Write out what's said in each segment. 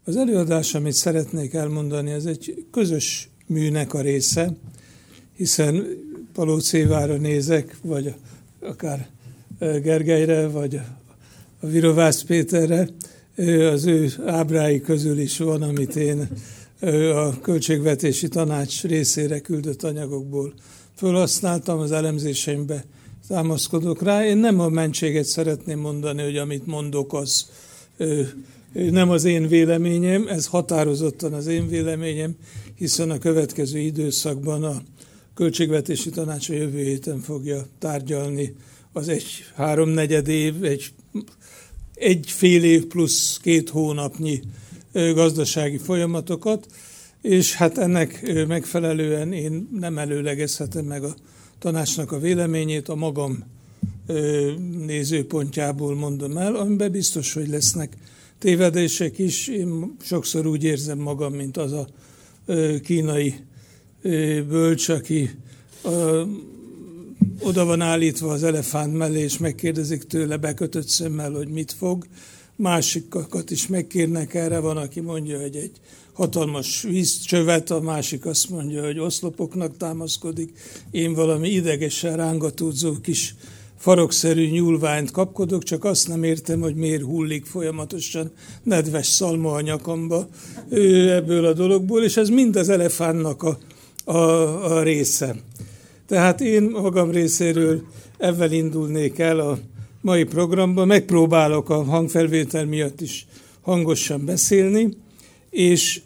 Az előadás, amit szeretnék elmondani, ez egy közös műnek a része, hiszen Palócévára nézek, vagy akár Gergelyre, vagy a Virovász Péterre, az ő ábrái közül is van, amit én a Költségvetési Tanács részére küldött anyagokból felhasználtam, az elemzéseimbe támaszkodok rá. Én nem a mentséget szeretném mondani, hogy amit mondok, az nem az én véleményem, ez határozottan az én véleményem, hiszen a következő időszakban a Költségvetési Tanács a jövő héten fogja tárgyalni az egy háromnegyed év, egy fél év plusz 2 hónapnyi gazdasági folyamatokat, és hát ennek megfelelően én nem előlegezhetem meg a tanácsnak a véleményét, a magam nézőpontjából mondom el, amiben biztos, hogy lesznek tévedések is. Én sokszor úgy érzem magam, mint az a kínai bölcs, aki oda van állítva az elefánt mellé, és megkérdezik tőle bekötött szemmel, hogy mit fog. Másikakat is megkérnek erre, van, aki mondja, hogy egy hatalmas vízcsövet, a másik azt mondja, hogy oszlopoknak támaszkodik. Én valami idegesen rángatódzó kis farokszerű nyúlványt kapkodok, csak azt nem értem, hogy miért hullik folyamatosan nedves szalma a nyakamba ebből a dologból, és ez mind az elefántnak a része. Tehát én magam részéről ezzel indulnék el a mai programban, megpróbálok a hangfelvétel miatt is hangosan beszélni, és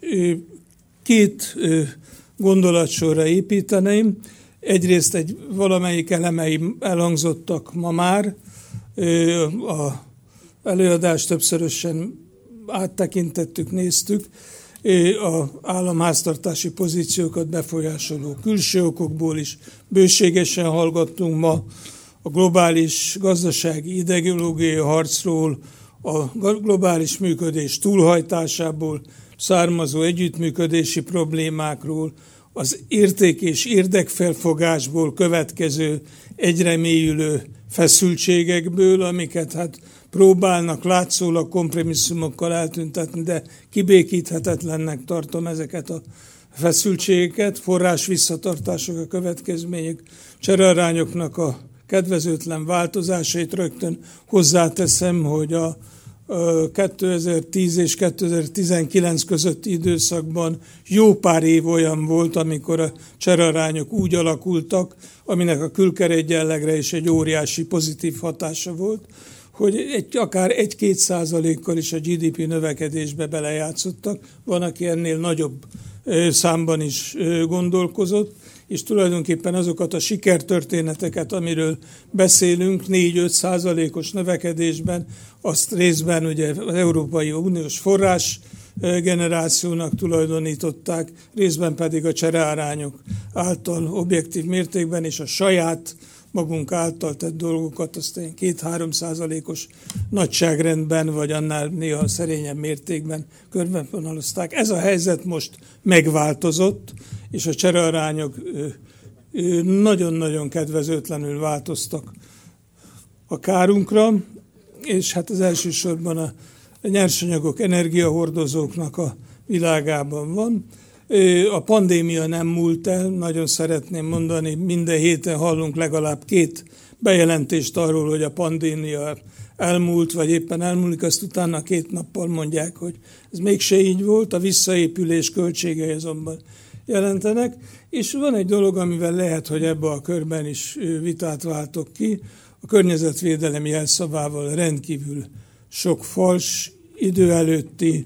2 gondolatsorra építeném. Egyrészt valamelyik elemeim elhangzottak ma már, az előadást többszörösen áttekintettük, néztük, az államháztartási pozíciókat befolyásoló külső okokból is bőségesen hallgattunk ma, a globális gazdasági ideológiai harcról, a globális működés túlhajtásából származó együttműködési problémákról, az érték és érdekfelfogásból következő egyre mélyülő feszültségekből, amiket hát próbálnak látszólag kompromisszumokkal eltüntetni, de kibékíthetetlennek tartom ezeket a feszültségeket, forrás visszatartások a következmények, cserearányoknak a kedvezőtlen változásait rögtön hozzáteszem, hogy a 2010 és 2019 közötti időszakban jó pár év olyan volt, amikor a cserearányok úgy alakultak, aminek a külkeregyenlegre is egy óriási pozitív hatása volt, hogy akár 1-2% is a GDP növekedésbe belejátszottak, van, aki ennél nagyobb számban is gondolkozott, és tulajdonképpen azokat a sikertörténeteket, amiről beszélünk, 4-5%-os növekedésben, azt részben ugye az Európai Uniós forrás generációnak tulajdonították, részben pedig a cserearányok által objektív mértékben, és a saját magunk által tett dolgokat aztán 2-3%-os nagyságrendben, vagy annál néha szerényebb mértékben körvonalazták. Ez a helyzet most megváltozott, és a cserearányok nagyon-nagyon kedvezőtlenül változtak a kárunkra, és hát az elsősorban a nyersanyagok, energiahordozóknak a világában van. A pandémia nem múlt el, nagyon szeretném mondani, minden héten hallunk legalább 2 bejelentést arról, hogy a pandémia elmúlt, vagy éppen elmúlik, azt utána 2 nappal mondják, hogy ez mégse így volt, a visszaépülés költségei azonban jelentenek, és van egy dolog, amivel lehet, hogy ebbe a körben is vitát váltok ki, a környezetvédelem jelszavával rendkívül sok fals, idő előtti,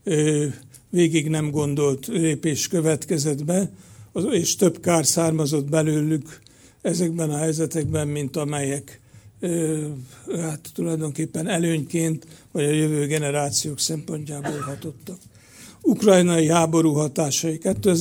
végig nem gondolt lépés következett be, és több kár származott belőlük ezekben a helyzetekben, mint amelyek hát tulajdonképpen előnyként, vagy a jövő generációk szempontjából hatottak. Ukrajnai háború hatásai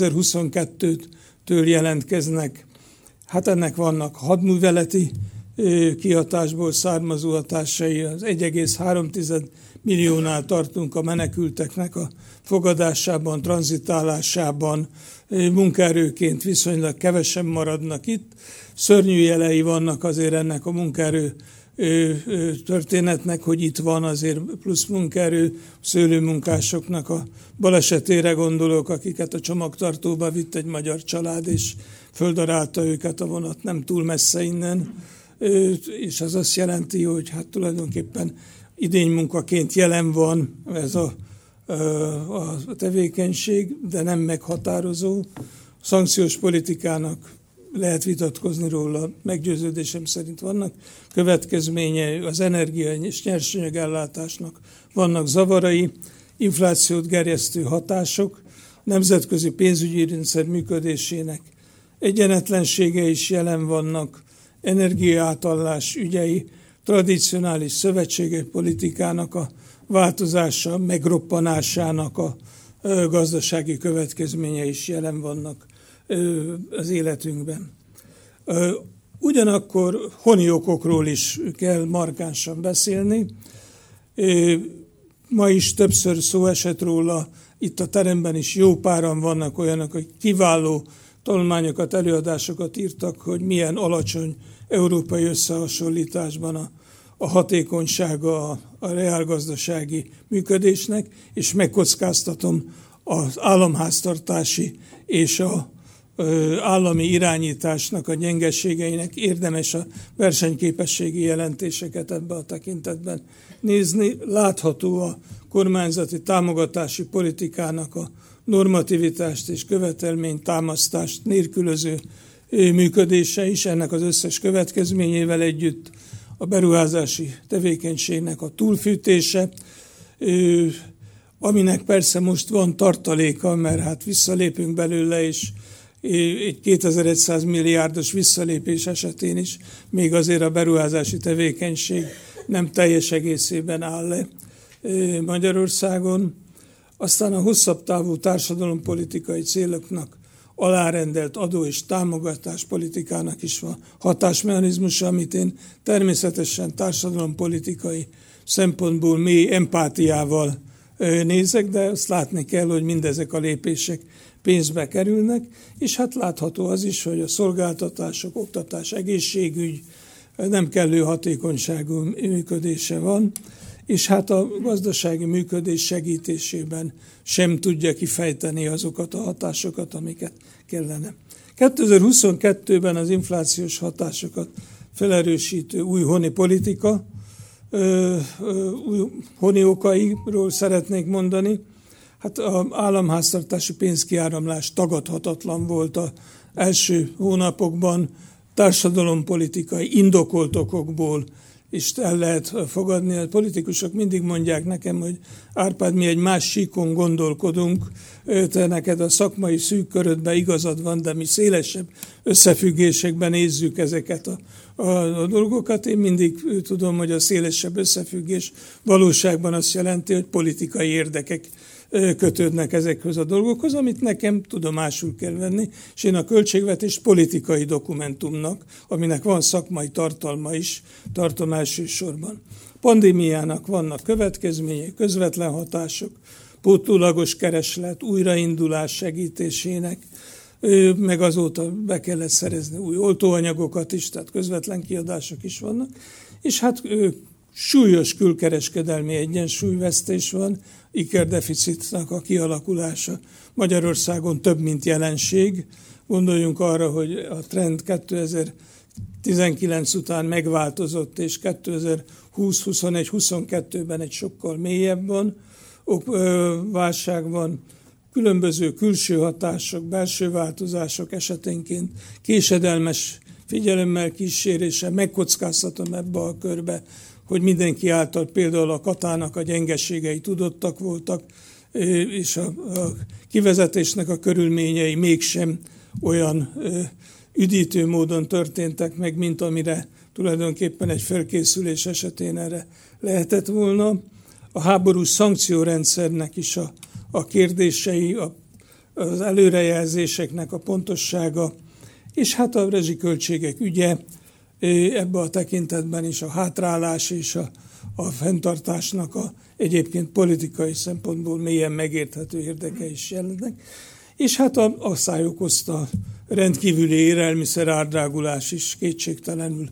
2022-től jelentkeznek, hát ennek vannak hadműveleti kihatásból származó hatásai, az 1,3 milliónál tartunk a menekülteknek a fogadásában, tranzitálásában, munkaerőként viszonylag kevesen maradnak itt. Szörnyű jelei vannak azért ennek a munkaerő történetnek, hogy itt van azért plusz munkaerő, szőlőmunkásoknak a balesetére gondolok, akiket a csomagtartóba vitt egy magyar család, és földarálta őket a vonat nem túl messze innen, és az azt jelenti, hogy hát tulajdonképpen idénymunkaként jelen van ez a tevékenység, de nem meghatározó. Szankciós politikának lehet vitatkozni róla, meggyőződésem szerint vannak következményei, az energia és nyersanyagellátásnak vannak zavarai, inflációt gerjesztő hatások, nemzetközi pénzügyi rendszer működésének egyenetlensége is jelen vannak, energiaátállás ügyei, tradicionális szövetségi politikának a változása, megroppanásának a gazdasági következménye is jelen vannak az életünkben. Ugyanakkor honi okokról is kell markánsan beszélni. Ma is többször szó esett róla, itt a teremben is jó páran vannak olyanok, hogy kiváló tanulmányokat, előadásokat írtak, hogy milyen alacsony európai összehasonlításban a hatékonysága a reálgazdasági működésnek, és megkockáztatom az államháztartási és az állami irányításnak a gyengeségeinek érdemes a versenyképességi jelentéseket ebbe a tekintetben nézni. Látható a kormányzati támogatási politikának a normativitást és követelménytámasztást nélkülöző működése is, ennek az összes következményével együtt a beruházási tevékenységnek a túlfűtése, aminek persze most van tartaléka, mert hát visszalépünk belőle, és egy 2100 milliárdos visszalépés esetén is még azért a beruházási tevékenység nem teljes egészében áll le Magyarországon. Aztán a hosszabb távú társadalompolitikai céloknak alárendelt adó- és támogatáspolitikának is van hatásmechanizmusa, amit én természetesen társadalompolitikai szempontból mély empátiával nézek, de azt látni kell, hogy mindezek a lépések pénzbe kerülnek, és hát látható az is, hogy a szolgáltatások, oktatás, egészségügy nem kellő hatékonyságú működése van, és hát a gazdasági működés segítésében sem tudja kifejteni azokat a hatásokat, amiket kellene. 2022-ben az inflációs hatásokat felerősítő új honi politika, új honi okairól szeretnék mondani. Hát az államháztartási pénzkiáramlás tagadhatatlan volt az első hónapokban, társadalompolitikai indokolt okokból is el lehet fogadni. A politikusok mindig mondják nekem, hogy Árpád, mi egy más síkon gondolkodunk, te neked a szakmai szűk körödben igazad van, de mi szélesebb összefüggésekben nézzük ezeket a dolgokat. Én mindig tudom, hogy a szélesebb összefüggés valóságban azt jelenti, hogy politikai érdekek kötődnek ezekhez a dolgokhoz, amit nekem tudomásul kell venni, és én a költségvetés politikai dokumentumnak, aminek van szakmai tartalma is, tartom elsősorban. Pandémiának vannak következményei, közvetlen hatások, pótlólagos kereslet, újraindulás segítésének, meg azóta be kellett szerezni új oltóanyagokat is, tehát közvetlen kiadások is vannak, és hát súlyos külkereskedelmi egyensúlyvesztés van, ikerdeficitnak a kialakulása Magyarországon több, mint jelenség. Gondoljunk arra, hogy a trend 2019 után megváltozott, és 2020, 21, 22-ben egy sokkal mélyebb válság van. Különböző külső hatások, belső változások esetenként késedelmes figyelemmel kísérése, megkockáztatom ebbe a körbe, hogy mindenki által például a katának a gyengeségei tudottak voltak, és a kivezetésnek a körülményei mégsem olyan üdítő módon történtek meg, mint amire tulajdonképpen egy felkészülés esetén erre lehetett volna. A háborús szankciórendszernek is a kérdései, az előrejelzéseknek a pontossága, és hát a rezsiköltségek ügye, ebben a tekintetben is a hátrálás és a fenntartásnak egyébként politikai szempontból mélyen megérthető érdeke is jelennek. És hát a asszály okozta rendkívüli élelmiszer árdrágulás is kétségtelenül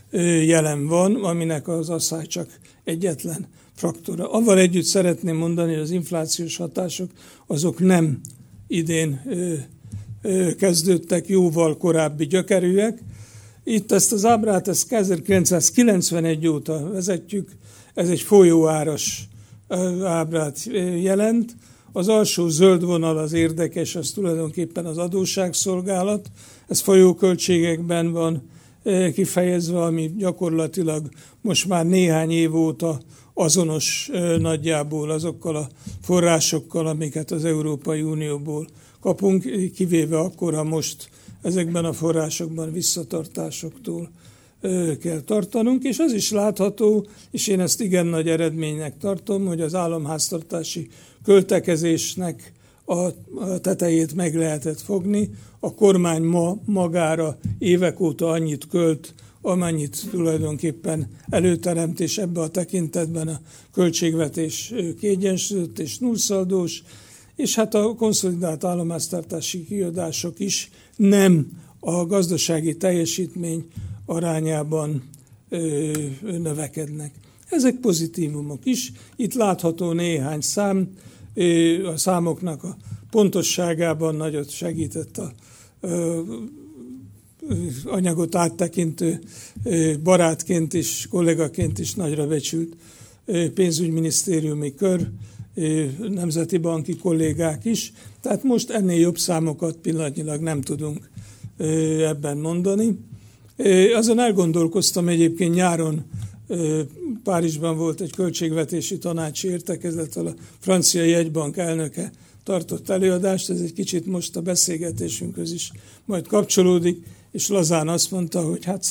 jelen van, aminek az asszály csak egyetlen faktora. Avval együtt szeretném mondani, hogy az inflációs hatások azok nem idén kezdődtek, jóval korábbi gyökerűek. Itt ezt az ábrát, ezt 1991 óta vezetjük, ez egy folyóáras ábrát jelent. Az alsó zöld vonal az érdekes, az tulajdonképpen az adósságszolgálat. Ez folyóköltségekben van kifejezve, ami gyakorlatilag most már néhány év óta azonos nagyjából azokkal a forrásokkal, amiket az Európai Unióból kapunk, kivéve akkor, ha most ezekben a forrásokban visszatartásoktól kell tartanunk, és az is látható, és én ezt igen nagy eredménynek tartom, hogy az államháztartási költekezésnek a tetejét meg lehetett fogni. A kormány ma magára évek óta annyit költ, amennyit tulajdonképpen előteremt, és ebbe a tekintetben a költségvetés kiegyensúlyozott és nullszaldós, és hát a konszolidált államháztartási kiadások is nem a gazdasági teljesítmény arányában növekednek. Ezek pozitívumok is. Itt látható néhány szám, a számoknak a pontosságában nagyot segített a anyagot áttekintő barátként is, kollégaként is nagyra becsült pénzügyminisztériumi kör, nemzeti banki kollégák is. Tehát most ennél jobb számokat pillanatnyilag nem tudunk ebben mondani. Azon elgondolkoztam egyébként nyáron, Párizsban volt egy költségvetési tanácsi értekezlet, a francia jegybank elnöke tartott előadást, ez egy kicsit most a beszélgetésünkhöz is majd kapcsolódik, és lazán azt mondta, hogy hát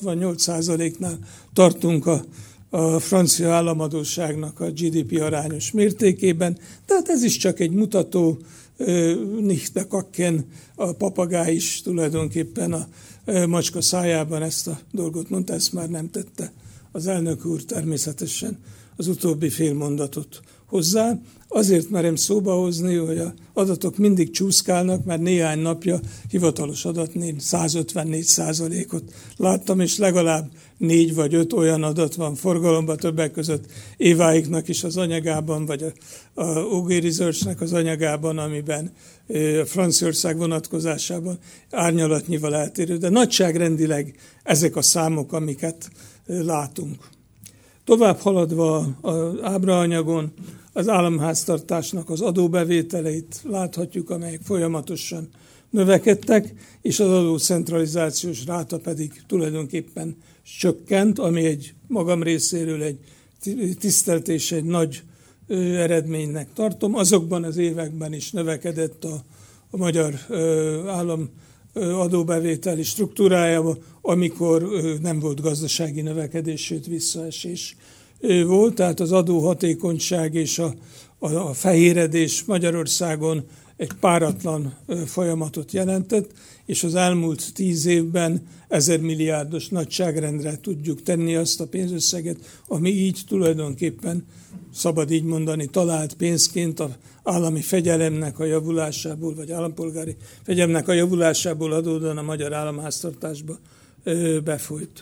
168%-nál tartunk a francia államadósságnak a GDP arányos mértékében, tehát ez is csak egy mutató, nicht bekakken, a papagáj is tulajdonképpen a macska szájában ezt a dolgot mondta, ezt már nem tette az elnök úr természetesen az utóbbi fél mondatot hozzá. Azért merem szóba hozni, hogy az adatok mindig csúszkálnak, mert néhány napja hivatalos adatnél 154%-ot láttam, és legalább 4 vagy 5 olyan adat van forgalomban, többek között Éváiknak is az anyagában, vagy a OG Researchnek az anyagában, amiben a Franciaország vonatkozásában árnyalatnyival eltérő, de nagyságrendileg ezek a számok, amiket látunk. Tovább haladva az ábraanyagon az államháztartásnak az adóbevételeit láthatjuk, amelyek folyamatosan növekedtek, és az adócentralizációs ráta pedig tulajdonképpen csökkent, ami egy magam részéről egy tisztelt és egy nagy eredménynek tartom. Azokban az években is növekedett a magyar állam adóbevételi struktúrájában, amikor nem volt gazdasági növekedés, sőt visszaesés volt. Tehát az adóhatékonyság és a fehéredés Magyarországon egy páratlan folyamatot jelentett, és az elmúlt 10 évben 1000 milliárdos nagyságrendre tudjuk tenni azt a pénzösszeget, ami így tulajdonképpen, szabad így mondani, talált pénzként az állami fegyelemnek a javulásából, vagy állampolgári fegyelemnek a javulásából adódóan a magyar államháztartásba befolyt.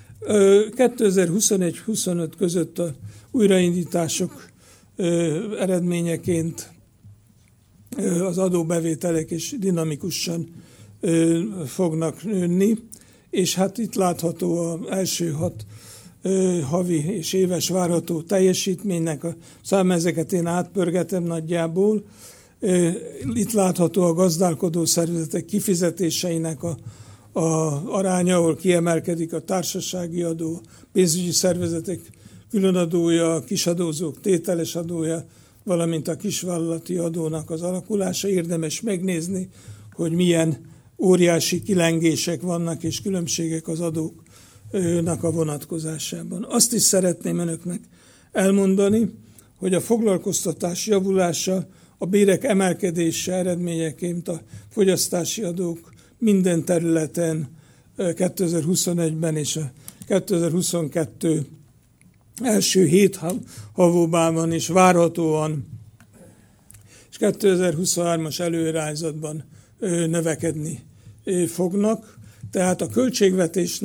2021-25 között a újraindítások eredményeként az adóbevételek is dinamikusan fognak nőni, és hát itt látható az első 6 havi és éves várható teljesítménynek a szám, ezeket én átpörgetem nagyjából. Itt látható a gazdálkodó szervezetek kifizetéseinek a aránya, ahol kiemelkedik a társasági adó, pénzügyi szervezetek különadója, a kisadózók tételes adója, valamint a kisvállalati adónak az alakulása. Érdemes megnézni, hogy milyen óriási kilengések vannak és különbségek az adóknak a vonatkozásában. Azt is szeretném önöknek elmondani, hogy a foglalkoztatás javulása, a bérek emelkedése eredményeként a fogyasztási adók minden területen 2021-ben és a 2022 első 7 havóban is várhatóan, és 2023-as előirányzatban növekedni fognak. Tehát a költségvetésnek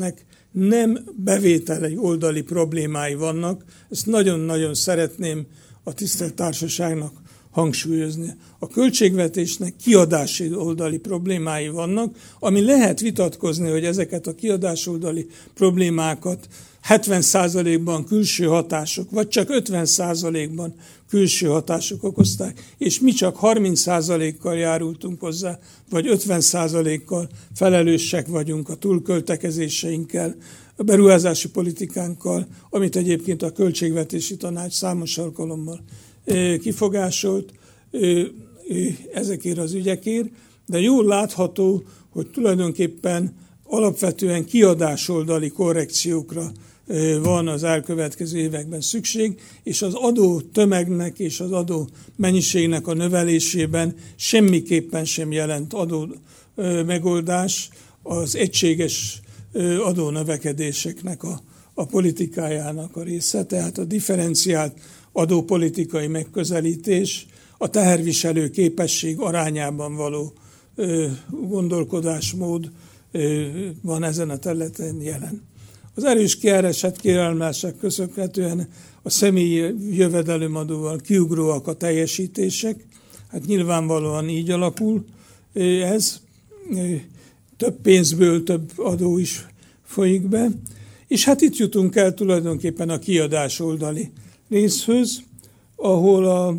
nem bevételi oldali problémái vannak. Ezt nagyon-nagyon szeretném a tisztelt társaságnak hangsúlyozni. A költségvetésnek kiadási oldali problémái vannak, ami lehet vitatkozni, hogy ezeket a kiadásoldali problémákat 70%-ban külső hatások, vagy csak 50%-ban külső hatások okozták, és mi csak 30%-kal járultunk hozzá, vagy 50%-kal felelősek vagyunk a túlköltekezéseinkkel, a beruházási politikánkkal, amit egyébként a Költségvetési Tanács számos alkalommal kifogásolt ezekért az ügyekért, de jól látható, hogy tulajdonképpen alapvetően kiadásoldali korrekciókra van az elkövetkező években szükség, és az adó tömegnek és az adó mennyiségnek a növelésében semmiképpen sem jelent adó megoldás az egységes adónövekedéseknek a politikájának a része, tehát a differenciált adópolitikai megközelítés, a teherviselő képesség arányában való gondolkodásmód van ezen a területen jelen. Az erős kiáresett kérelmásnak köszönhetően a személyi jövedelemadóval kiugróak a teljesítések, hát nyilvánvalóan így alakul ez, több pénzből több adó is folyik be, és hát itt jutunk el tulajdonképpen a kiadás oldali részhöz, ahol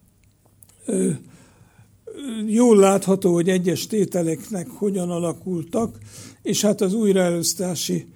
jól látható, hogy egyes tételeknek hogyan alakultak, és hát az újraelosztási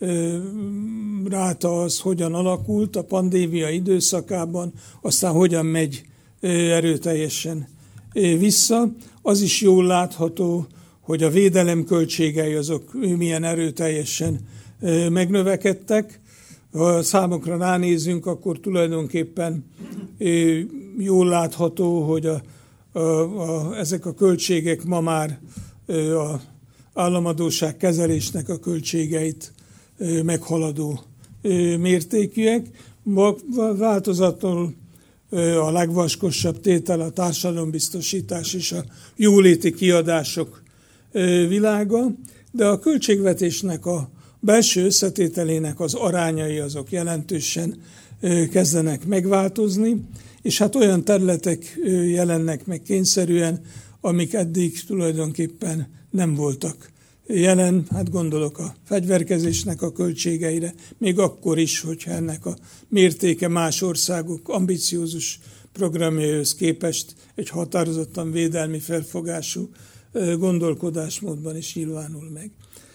ráta az hogyan alakult a pandémia időszakában, aztán hogyan megy erőteljesen vissza. Az is jól látható, hogy a védelem költségei azok milyen erőteljesen megnövekedtek. Ha a számokra ránézünk, akkor tulajdonképpen jól látható, hogy ezek a költségek ma már az államadósság kezelésnek a költségeit meghaladó mértékűek. Változatlanul a legvaskosabb tétel a társadalombiztosítás és a jóléti kiadások világa, de a költségvetésnek a belső összetételének az arányai azok jelentősen kezdenek megváltozni, és hát olyan területek jelennek meg kényszerűen, amik eddig tulajdonképpen nem voltak jelen, hát gondolok a fegyverkezésnek a költségeire, még akkor is, hogyha ennek a mértéke más országok ambiciózus programjaihoz képest egy határozottan védelmi felfogású gondolkodásmódban is nyilvánul meg.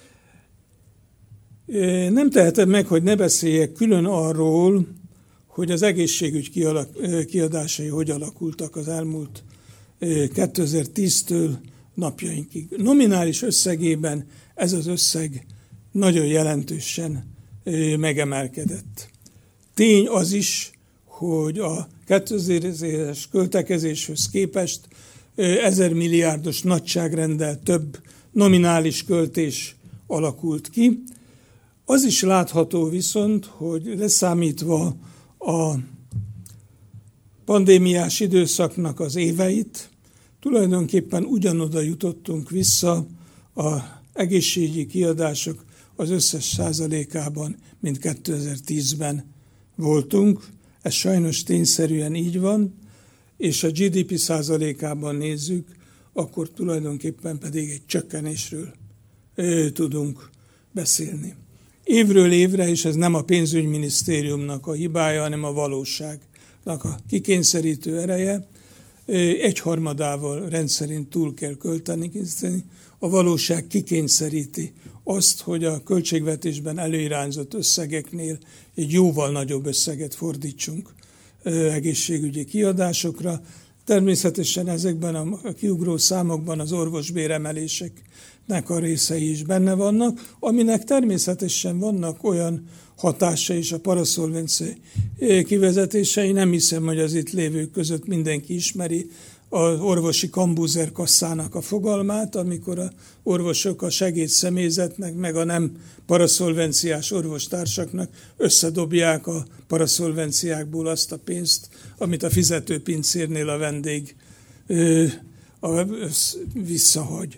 Nem tehetem meg, hogy ne beszéljek külön arról, hogy az egészségügy kiadásai hogy alakultak az elmúlt 2010-től napjainkig. Nominális összegében ez az összeg nagyon jelentősen megemelkedett. Tény az is, hogy a 2000-es költekezéshez képest 1000 milliárdos nagyságrenddel több nominális költés alakult ki. Az is látható viszont, hogy leszámítva a pandémiás időszaknak az éveit, tulajdonképpen ugyanoda jutottunk vissza az egészségügyi kiadások az összes százalékában, mint 2010-ben voltunk. Ez sajnos tényszerűen így van, és a GDP százalékában nézzük, akkor tulajdonképpen pedig egy csökkenésről tudunk beszélni. Évről évre, és ez nem a pénzügyminisztériumnak a hibája, hanem a valóságnak a kikényszerítő ereje, egyharmadával rendszerint túl kell költeni. A valóság kikényszeríti azt, hogy a költségvetésben előirányzott összegeknél egy jóval nagyobb összeget fordítsunk egészségügyi kiadásokra. Természetesen ezekben a kiugró számokban az orvosbéremeléseknek a részei is benne vannak, aminek természetesen vannak olyan hatása is a paraszolvencia kivezetései. Nem hiszem, hogy az itt lévők között mindenki ismeri az orvosi kambuzer kasszának a fogalmát, amikor az orvosok a segédszemélyzetnek, meg a nem paraszolvenciás orvostársaknak összedobják a paraszolvenciákból azt a pénzt, amit a fizetőpincérnél a vendég visszahagy.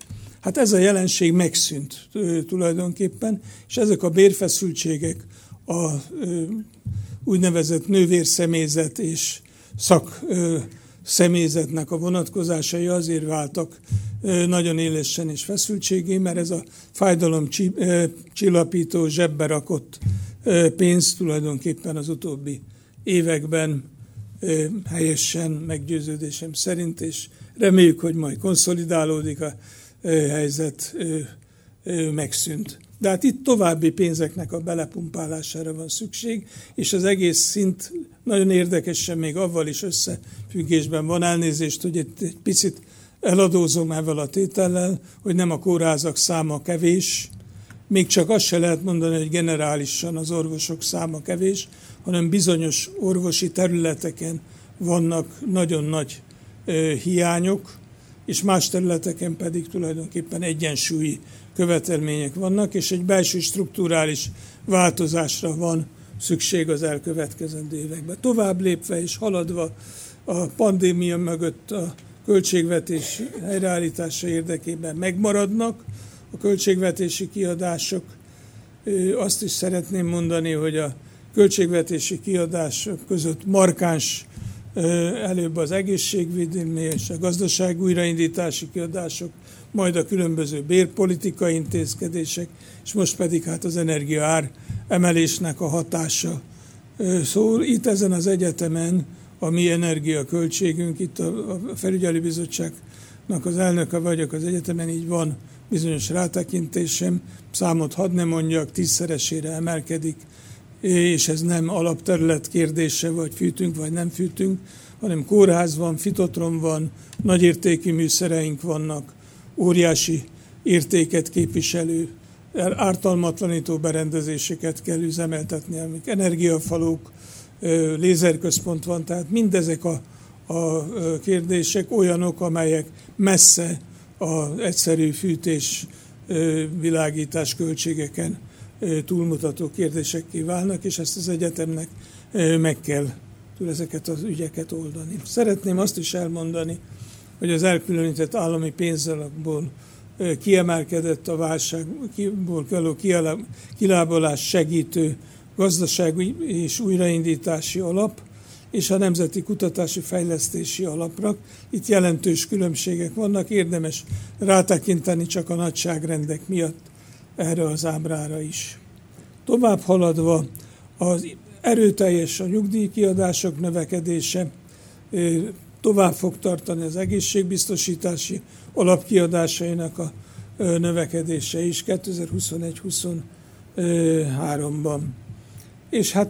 Hát ez a jelenség megszűnt tulajdonképpen, és ezek a bérfeszültségek, a úgynevezett nővérszemélyzet és szakszemélyzetnek a vonatkozásai azért váltak nagyon élesen és feszültségé, mert ez a fájdalomcsillapító, zsebbe rakott pénz tulajdonképpen az utóbbi években helyesen, meggyőződésem szerint, és reméljük, hogy majd konszolidálódik a helyzet, megszűnt. De hát itt további pénzeknek a belepumpálására van szükség, és az egész szint nagyon érdekesen még avval is összefüggésben van, elnézést, hogy egy picit eladózom ezzel a tétellel, hogy nem a kórházak száma kevés, még csak azt se lehet mondani, hogy generálisan az orvosok száma kevés, hanem bizonyos orvosi területeken vannak nagyon nagy hiányok, és más területeken pedig tulajdonképpen egyensúlyi követelmények vannak, és egy belső strukturális változásra van szükség az elkövetkezendő években. Tovább lépve és haladva a pandémia mögött a költségvetés helyreállítása érdekében megmaradnak a költségvetési kiadások. Azt is szeretném mondani, hogy a költségvetési kiadások között markáns előbb az egészségvédelmi és a gazdaság újraindítási kiadások, majd a különböző bérpolitikai intézkedések, és most pedig hát az energiaár emelésnek a hatása szól. Itt ezen az egyetemen a mi energiaköltségünk, itt a felügyelőbizottságnak az elnöke vagyok az egyetemen, így van bizonyos rátekintésem, számot hadd ne mondjak, 10-szeresére emelkedik, és ez nem alapterület kérdése, vagy fűtünk, vagy nem fűtünk, hanem kórház van, fitotron van, nagyértékű műszereink vannak, óriási értéket képviselő, ártalmatlanító berendezéseket kell üzemeltetni, amik energiafalók, lézerközpont van, tehát mindezek a kérdések olyanok, amelyek messze az egyszerű fűtés, világítás költségeken túlmutató kérdésekké válnak, és ezt az egyetemnek meg kell ezeket az ügyeket oldani. Szeretném azt is elmondani, hogy az elkülönített állami pénzalapból kiemelkedett a válságból való kilábalás segítő gazdasági és újraindítási alap, és a Nemzeti Kutatási Fejlesztési Alapra. Itt jelentős különbségek vannak, érdemes rátekinteni csak a nagyságrendek miatt erre az ábrára is. Tovább haladva az erőteljes a nyugdíjkiadások növekedése, tovább fog tartani az egészségbiztosítási alapkiadásainak a növekedése is 2021-23-ban. És hát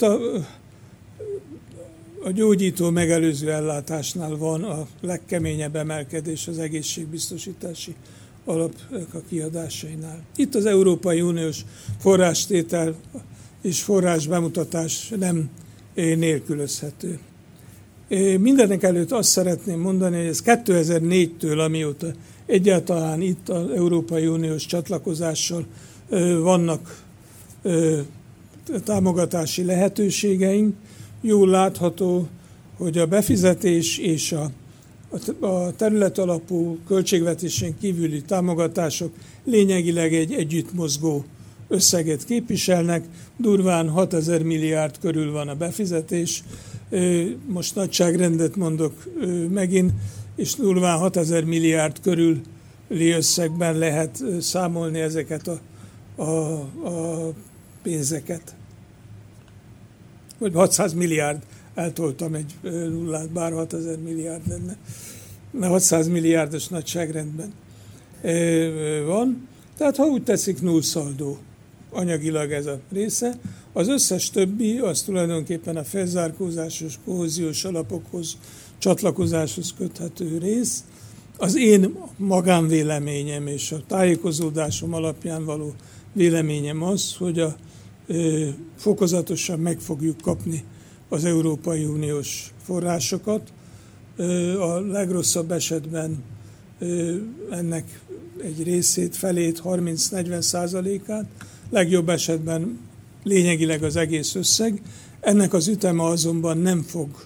a gyógyító megelőző ellátásnál van a legkeményebb emelkedés az egészségbiztosítási alap a kiadásainál. Itt az Európai Uniós forrástétel és forrásbemutatás nem nélkülözhető. Mindenek előtt azt szeretném mondani, hogy ez 2004-től, amióta egyáltalán itt az Európai Uniós csatlakozással vannak támogatási lehetőségeink, jól látható, hogy a befizetés és a területalapú költségvetésen kívüli támogatások lényegileg egy együttmozgó összeget képviselnek. Durván 6000 milliárd körül van a befizetés, most nagyságrendet mondok megint, és durván 6000 milliárd körüli összegben lehet számolni ezeket a pénzeket. Vagy 600 milliárd, eltoltam egy nullát, bár 6000 milliárd lenne. 600 milliárdos nagyságrendben van. Tehát ha úgy teszik, nullszaldó anyagilag ez a része. Az összes többi, az tulajdonképpen a felzárkózásos, kohéziós alapokhoz, csatlakozáshoz köthető rész. Az én magánvéleményem és a tájékozódásom alapján való véleményem az, hogy fokozatosan meg fogjuk kapni az Európai Uniós forrásokat. A legrosszabb esetben ennek egy részét, felét, 30-40%-át, legjobb esetben lényegileg az egész összeg. Ennek az üteme azonban nem fog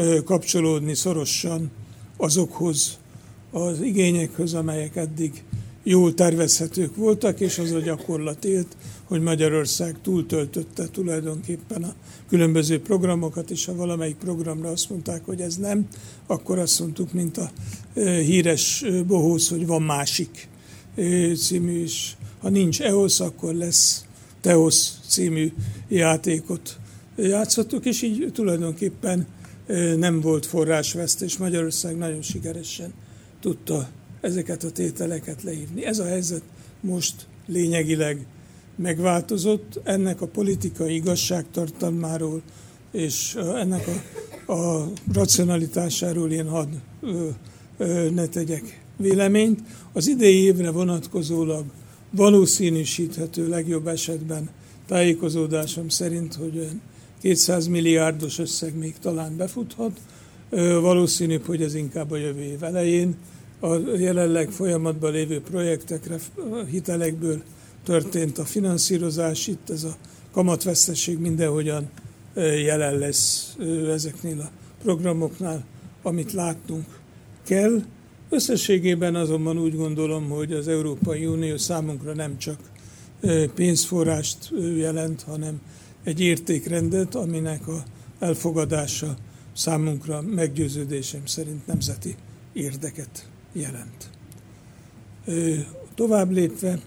kapcsolódni szorosan azokhoz az igényekhez, amelyek eddig jól tervezhetők voltak, és az a gyakorlat élt, hogy Magyarország túltöltötte tulajdonképpen a különböző programokat, és ha valamelyik programra azt mondták, hogy ez nem, akkor azt mondtuk, mint a híres bohóc, hogy van másik című is. Ha nincs EOS, akkor lesz TEOS című játékot játszottuk, és így tulajdonképpen nem volt forrásvesztés. Magyarország nagyon sikeresen tudta ezeket a tételeket leírni. Ez a helyzet most lényegileg megváltozott. Ennek a politikai igazságtartalmáról és ennek a racionalitásáról én hadd ne tegyek véleményt. Az idei évre vonatkozólag valószínűsíthető legjobb esetben tájékozódásom szerint, hogy 200 milliárdos összeg még talán befuthat. Valószínűbb, hogy ez inkább a jövő év elején. A jelenleg folyamatban lévő projektekre, hitelekből történt a finanszírozás, itt ez a kamatveszteség mindenhogyan jelen lesz ezeknél a programoknál, amit látnunk kell. Összességében azonban úgy gondolom, hogy az Európai Unió számunkra nem csak pénzforrást jelent, hanem egy értékrendet, aminek a elfogadása számunkra meggyőződésem szerint nemzeti érdeket jelent. Tovább lépve,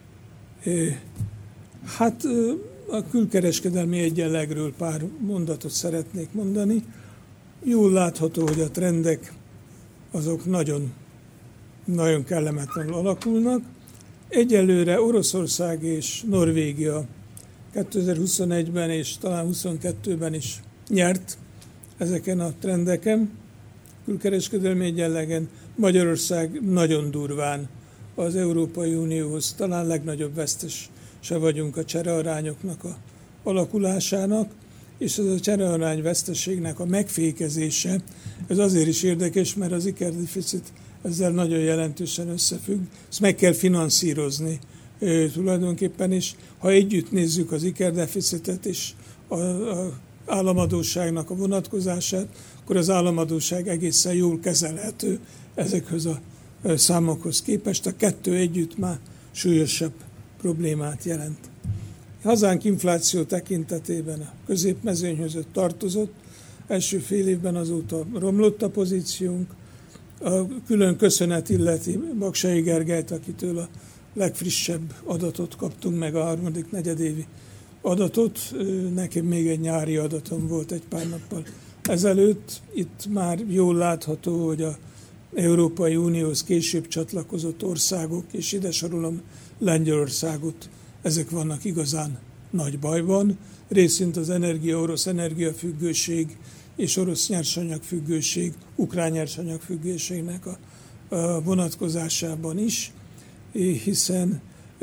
a külkereskedelmi egyenlegről pár mondatot szeretnék mondani. Jól látható, hogy a trendek azok nagyon, nagyon kellemetlenül alakulnak. Egyelőre Oroszország és Norvégia 2021-ben és talán 2022-ben is nyert ezeken a trendeken, külkereskedelmi egyenlegen. Magyarország nagyon durván az Európai Unióhoz talán legnagyobb vesztese vagyunk a cserearányoknak a alakulásának, és ez a cserearány veszteségnek a megfékezése, ez azért is érdekes, mert az ikerdeficit ezzel nagyon jelentősen összefügg. Ezt meg kell finanszírozni tulajdonképpen is. Ha együtt nézzük az ikerdeficitet és az államadósságnak a vonatkozását, akkor az államadósság egészen jól kezelhető ezekhez a számokhoz képest. A kettő együtt már súlyosabb problémát jelent. Hazánk infláció tekintetében a középmezőnyhöz tartozott. Első fél évben azóta romlott a pozíciónk. A külön köszönet illeti Baksay Gergelyt, akitől a legfrissebb adatot kaptunk meg, a harmadik negyedévi adatot. Nekem még egy nyári adatom volt egy pár nappal ezelőtt. Itt már jól látható, hogy az Európai Unióhoz később csatlakozott országok, és ide sorolom Lengyelországot, ezek vannak igazán nagy bajban. Részint az orosz energiafüggőség és orosz nyersanyagfüggőség, ukrán nyersanyagfüggőségnek a vonatkozásában is, hiszen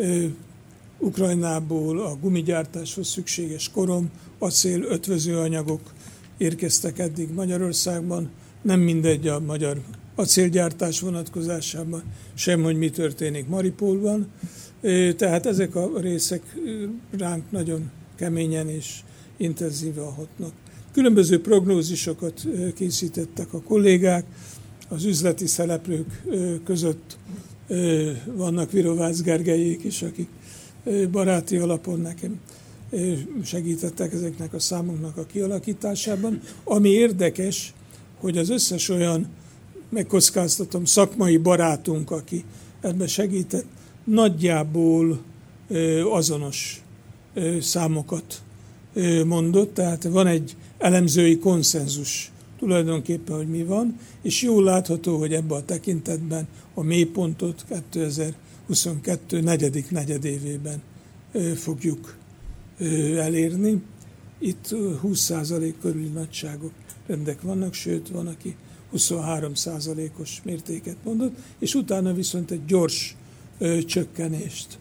Ukrajnából a gumigyártáshoz szükséges korom, acél, ötvözőanyagok érkeztek eddig Magyarországban. Nem mindegy a magyar acélgyártás vonatkozásában, sem, hogy mi történik Maripolban. Tehát ezek a részek ránk nagyon keményen és intenzíven hatnak. Különböző prognózisokat készítettek a kollégák, az üzleti szereplők között vannak Virovácz Gergelyék is, akik baráti alapon nekem segítettek ezeknek a számoknak a kialakításában. Ami érdekes, hogy az összes olyan, megkockáztatom, szakmai barátunk, aki ebben segített, nagyjából azonos számokat mondott, tehát van egy elemzői konszenzus tulajdonképpen, hogy mi van, és jól látható, hogy ebben a tekintetben a mélypontot 2022 negyedik negyedévében fogjuk elérni. Itt 20% körüli nagyságok rendek vannak, sőt, van, aki 23%-os mértéket mondott, és utána viszont egy gyors csökkenést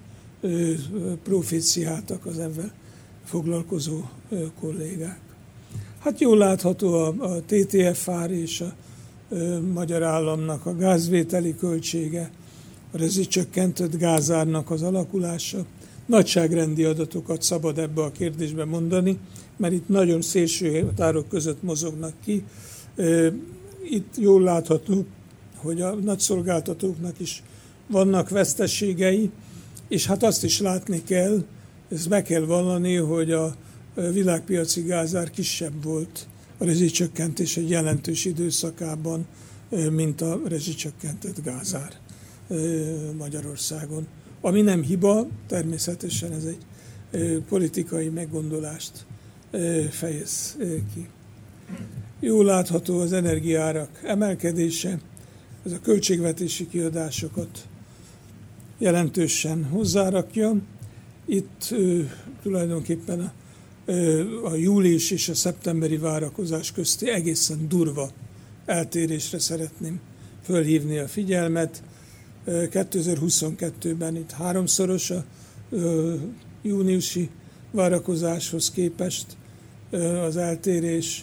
proféciáltak az ebben foglalkozó kollégák. Hát jól látható a TTF ár és a magyar államnak a gázvételi költsége, a rezsicsökkentett gázárnak az alakulása. Nagyságrendi adatokat szabad ebbe a kérdésbe mondani, mert itt nagyon szélső határok között mozognak ki. Itt jól látható, hogy a nagyszolgáltatóknak is vannak veszteségei, és hát azt is látni kell, ezt be kell vallani, hogy a világpiaci gázár kisebb volt a rezsicsökkentés egy jelentős időszakában, mint a rezsicsökkentett gázár Magyarországon. Ami nem hiba, természetesen ez egy politikai meggondolást fejez ki. Jól látható az energiaárak emelkedése, ez a költségvetési kiadásokat jelentősen hozzárakja. Itt tulajdonképpen a július és a szeptemberi várakozás közti egészen durva eltérésre szeretném fölhívni a figyelmet. 2022-ben itt háromszoros a júniusi várakozáshoz képest az eltérés,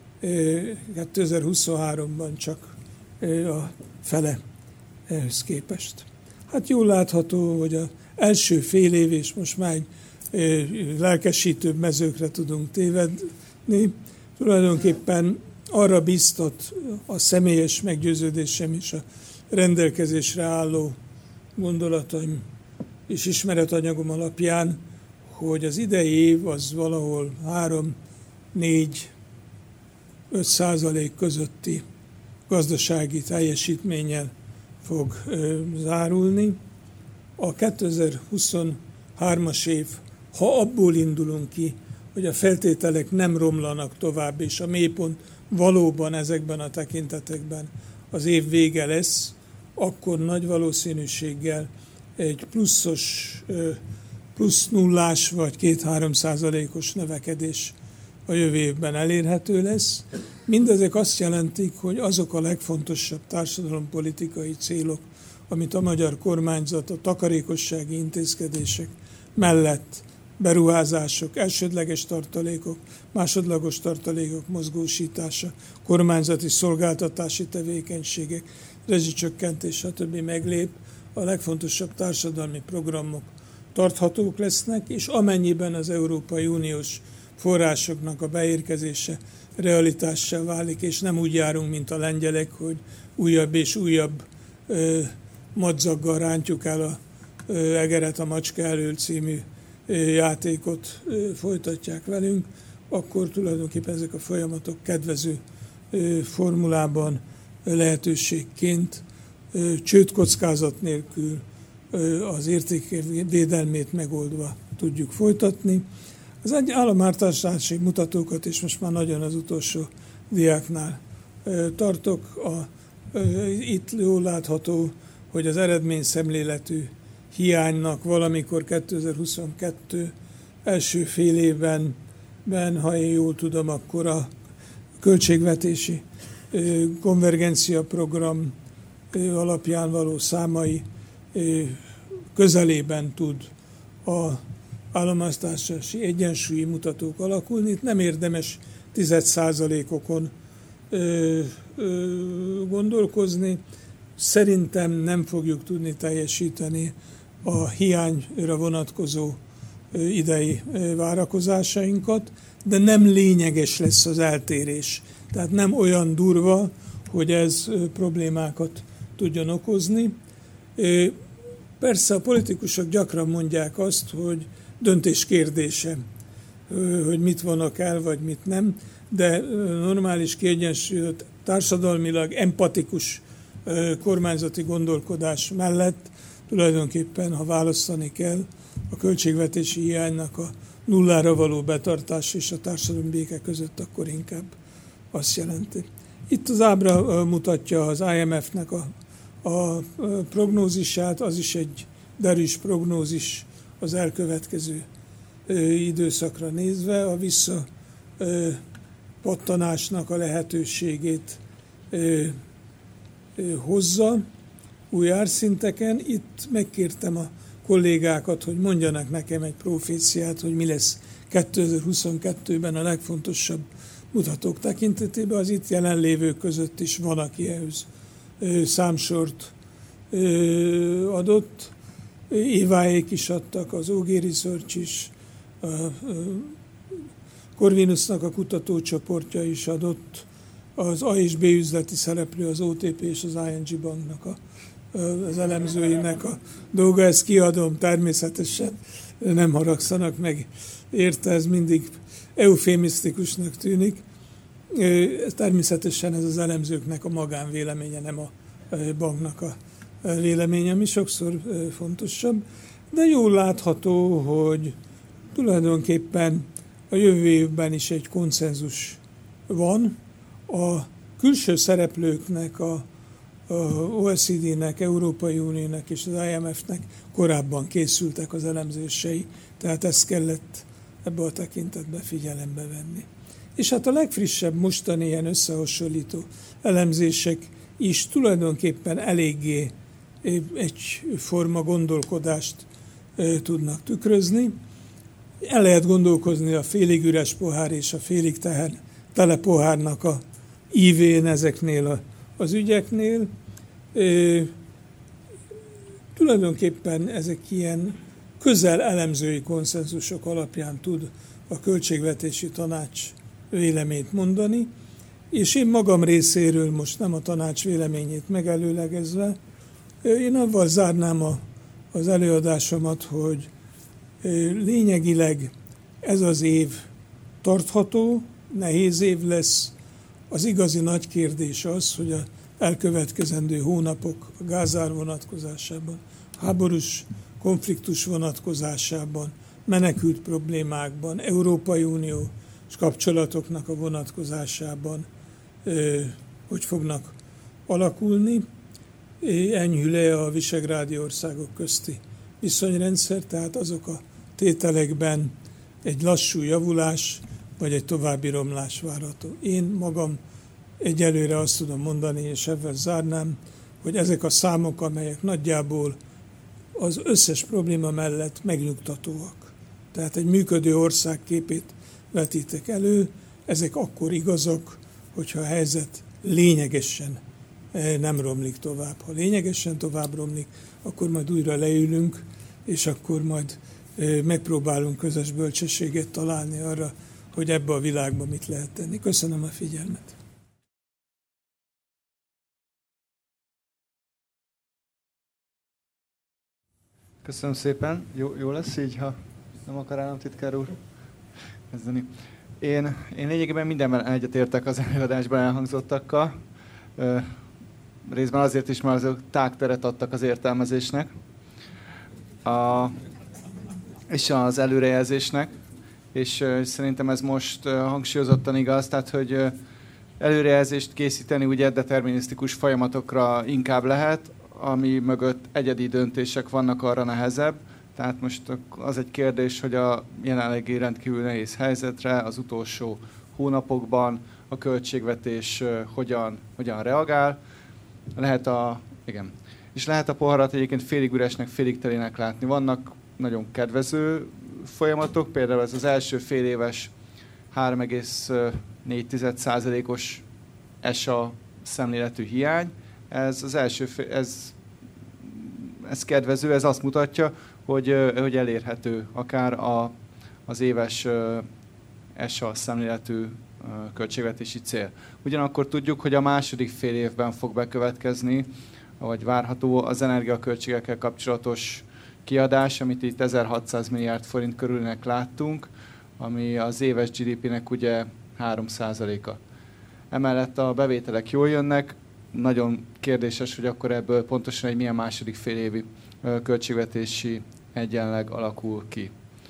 2023-ban csak a fele ehhez képest. Hát jól látható, hogy az első fél év, és most már lelkesítőbb mezőkre tudunk tévedni, tulajdonképpen arra biztat a személyes meggyőződésem és a rendelkezésre álló gondolataim és ismeretanyagom alapján, hogy az idei év az valahol 3-4-5% közötti gazdasági teljesítménnyel fog zárulni. A 2023-as év, ha abból indulunk ki, hogy a feltételek nem romlanak tovább, és a mélypont valóban ezekben a tekintetekben az év vége lesz, akkor nagy valószínűséggel egy plusz nullás vagy 2-3%-os növekedés a jövő évben elérhető lesz. Mindezek azt jelentik, hogy azok a legfontosabb társadalompolitikai célok, amit a magyar kormányzat a takarékossági intézkedések mellett beruházások, elsődleges tartalékok, másodlagos tartalékok mozgósítása, kormányzati szolgáltatási tevékenységek, rezsicsökkentés, stb. Meglép, a legfontosabb társadalmi programok tarthatók lesznek, és amennyiben az Európai Uniós forrásoknak a beérkezése realitássá válik, és nem úgy járunk, mint a lengyelek, hogy újabb és újabb madzaggal rántjuk el a egeret a macska elől című játékot folytatják velünk, akkor tulajdonképpen ezek a folyamatok kedvező formulában lehetőségként csődkockázat nélkül az értékvédelmét megoldva tudjuk folytatni. Az egy államháztartási mutatókat, és most már nagyon az utolsó diáknál tartok, itt jól látható, hogy az eredményszemléletű hiánynak valamikor 2022 első fél évben, ha én jól tudom, akkor a költségvetési konvergencia program alapján való számai közelében tud a államháztartási egyensúlyi mutatók alakulni. Itt nem érdemes 10%-okon gondolkozni. Szerintem nem fogjuk tudni teljesíteni a hiányra vonatkozó idei várakozásainkat, de nem lényeges lesz az eltérés. Tehát nem olyan durva, hogy ez problémákat tudjon okozni. Persze a politikusok gyakran mondják azt, hogy döntés kérdése, hogy mit vonnak el, vagy mit nem, de normális, kiegyensúlyozott, társadalmilag empatikus kormányzati gondolkodás mellett tulajdonképpen, ha választani kell, a költségvetési hiánynak a nullára való betartás és a társadalmi béke között akkor inkább azt jelenti. Itt az ábra mutatja az IMF-nek a prognózisát, az is egy derűs prognózis az elkövetkező időszakra nézve, a visszapattanásnak a lehetőségét hozza új árszinteken. Itt megkértem a kollégákat, hogy mondjanak nekem egy proféciát, hogy mi lesz 2022-ben a legfontosabb mutatók tekintetében. Az itt jelenlévők között is van, aki ehhez számsort adott. Éváék is adtak, az OG Research is, a Corvinusnak a kutatócsoportja is adott, az A és B üzleti szereplő, az OTP és az ING banknak a az elemzőinek a dolga, ezt kiadom természetesen, nem haragszanak meg, érte, ez mindig eufémisztikusnak tűnik. Természetesen ez az elemzőknek a magánvéleménye, nem a banknak a véleménye, ami sokszor fontosabb, de jól látható, hogy tulajdonképpen a jövő évben is egy konszenzus van. A külső szereplőknek, a OECD-nek, Európai Uniónak és az IMF-nek korábban készültek az elemzései, tehát ezt kellett ebbe a tekintetbe figyelembe venni. És hát a legfrissebb mostani ilyen összehasonlító elemzések is tulajdonképpen eléggé egyforma gondolkodást tudnak tükrözni. El lehet gondolkozni a félig üres pohár és a félig tele pohárnak a ívén ezeknél az ügyeknél. Tulajdonképpen ezek ilyen közel elemzői konszenzusok alapján tud a Költségvetési Tanács véleményt mondani, és én magam részéről most nem a tanács véleményét megelőlegezve, én avval zárnám az előadásomat, hogy lényegileg ez az év tartható, nehéz év lesz. Az igazi nagy kérdés az, hogy a elkövetkezendő hónapok a gázár vonatkozásában, háborús konfliktus vonatkozásában, menekült problémákban, Európai Uniós kapcsolatoknak a vonatkozásában hogy fognak alakulni. Enyhül-e a visegrádi országok közti viszonyrendszer, tehát azok a tételekben egy lassú javulás, vagy egy további romlás várható. Én magam egyelőre azt tudom mondani, és ebben zárnám, hogy ezek a számok, amelyek nagyjából az összes probléma mellett megnyugtatóak. Tehát egy működő ország képét vetítek elő, ezek akkor igazak, hogyha a helyzet lényegesen nem romlik tovább. Ha lényegesen tovább romlik, akkor majd újra leülünk, és akkor majd megpróbálunk közös bölcsességet találni arra, hogy ebbe a világban mit lehet tenni. Köszönöm a figyelmet. Köszönöm szépen. Jó lesz így, ha nem akar államtitkár úr kezdeni. Én lényegében mindenben egyetértek az előadásban elhangzottakkal. Részben azért is, mert azok tágteret adtak az értelmezésnek és az előrejelzésnek, és szerintem ez most hangsúlyozottan igaz, tehát hogy előrejelzést készíteni ugye determinisztikus folyamatokra inkább lehet, ami mögött egyedi döntések vannak, arra nehezebb. Tehát most az egy kérdés, hogy a jelenlegi rendkívül nehéz helyzetre az utolsó hónapokban a költségvetés hogyan reagál. Lehet a poharat egyébként félig üresnek, félig telének látni. Vannak nagyon kedvező folyamatok, például ez az első fél éves 3,4%-os ESA szemléletű hiány. Ez kedvező, ez azt mutatja, hogy elérhető akár az éves ESA szemléletű költségvetési cél. Ugyanakkor tudjuk, hogy a második fél évben fog bekövetkezni, vagy várható az energiaköltségekkel kapcsolatos kiadás, amit itt 1600 milliárd forint körülnek láttunk, ami az éves GDP-nek ugye 3%-a. Emellett a bevételek jól jönnek, nagyon kérdéses, hogy akkor ebből pontosan egy milyen második fél évi költségvetési egyenleg alakul ki.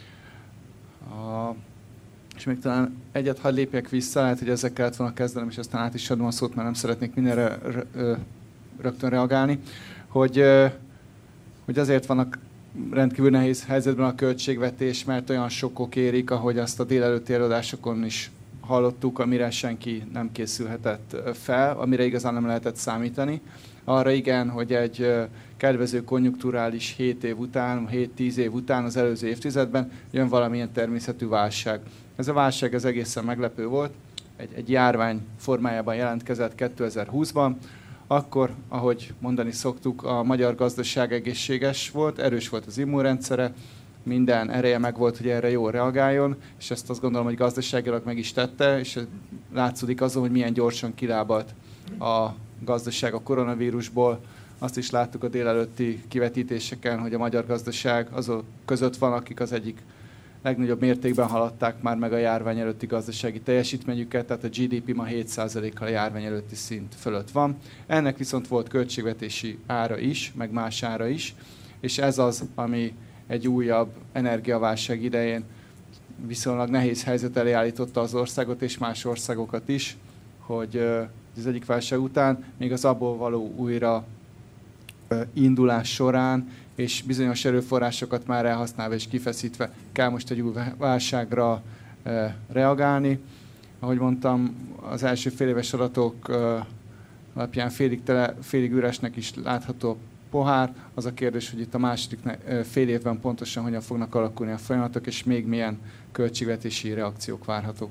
És még talán egyet hadd lépjek vissza, lehet, hogy ezzel kellett volna kezdenem, és aztán át is adom a szót, mert nem szeretnék mindenre rögtön reagálni, hogy azért vannak rendkívül nehéz helyzetben a költségvetés, mert olyan sokkok érik, ahogy azt a délelőtti előadásokon is hallottuk, amire senki nem készülhetett fel, amire igazán nem lehetett számítani. Arra igen, hogy egy kedvező konjunkturális 7 év után, 7-10 év után az előző évtizedben jön valamilyen természetű válság. Ez a válság ez egészen meglepő volt, egy járvány formájában jelentkezett 2020-ban, akkor, ahogy mondani szoktuk, a magyar gazdaság egészséges volt, erős volt az immunrendszere, minden ereje meg volt, hogy erre jól reagáljon, és ezt azt gondolom, hogy gazdaságilag meg is tette, és látszódik azon, hogy milyen gyorsan kilábalt a gazdaság a koronavírusból, Azt is láttuk a délelőtti kivetítéseken, hogy a magyar gazdaság azok között van, akik az egyik legnagyobb mértékben haladták már meg a járvány előtti gazdasági teljesítményüket, tehát a GDP ma 7%-kal a járvány előtti szint fölött van. Ennek viszont volt költségvetési ára is, meg más ára is, és ez az, ami egy újabb energiaválság idején viszonylag nehéz helyzet elé állította az országot és más országokat is, hogy az egyik válság után még az abból való újra indulás során és bizonyos erőforrásokat már elhasználva és kifeszítve kell most egy új válságra reagálni. Ahogy mondtam, az első féléves adatok alapján félig üresnek is látható pohár. Az a kérdés, hogy itt a második fél évben pontosan hogyan fognak alakulni a folyamatok, és még milyen költségvetési reakciók várhatók.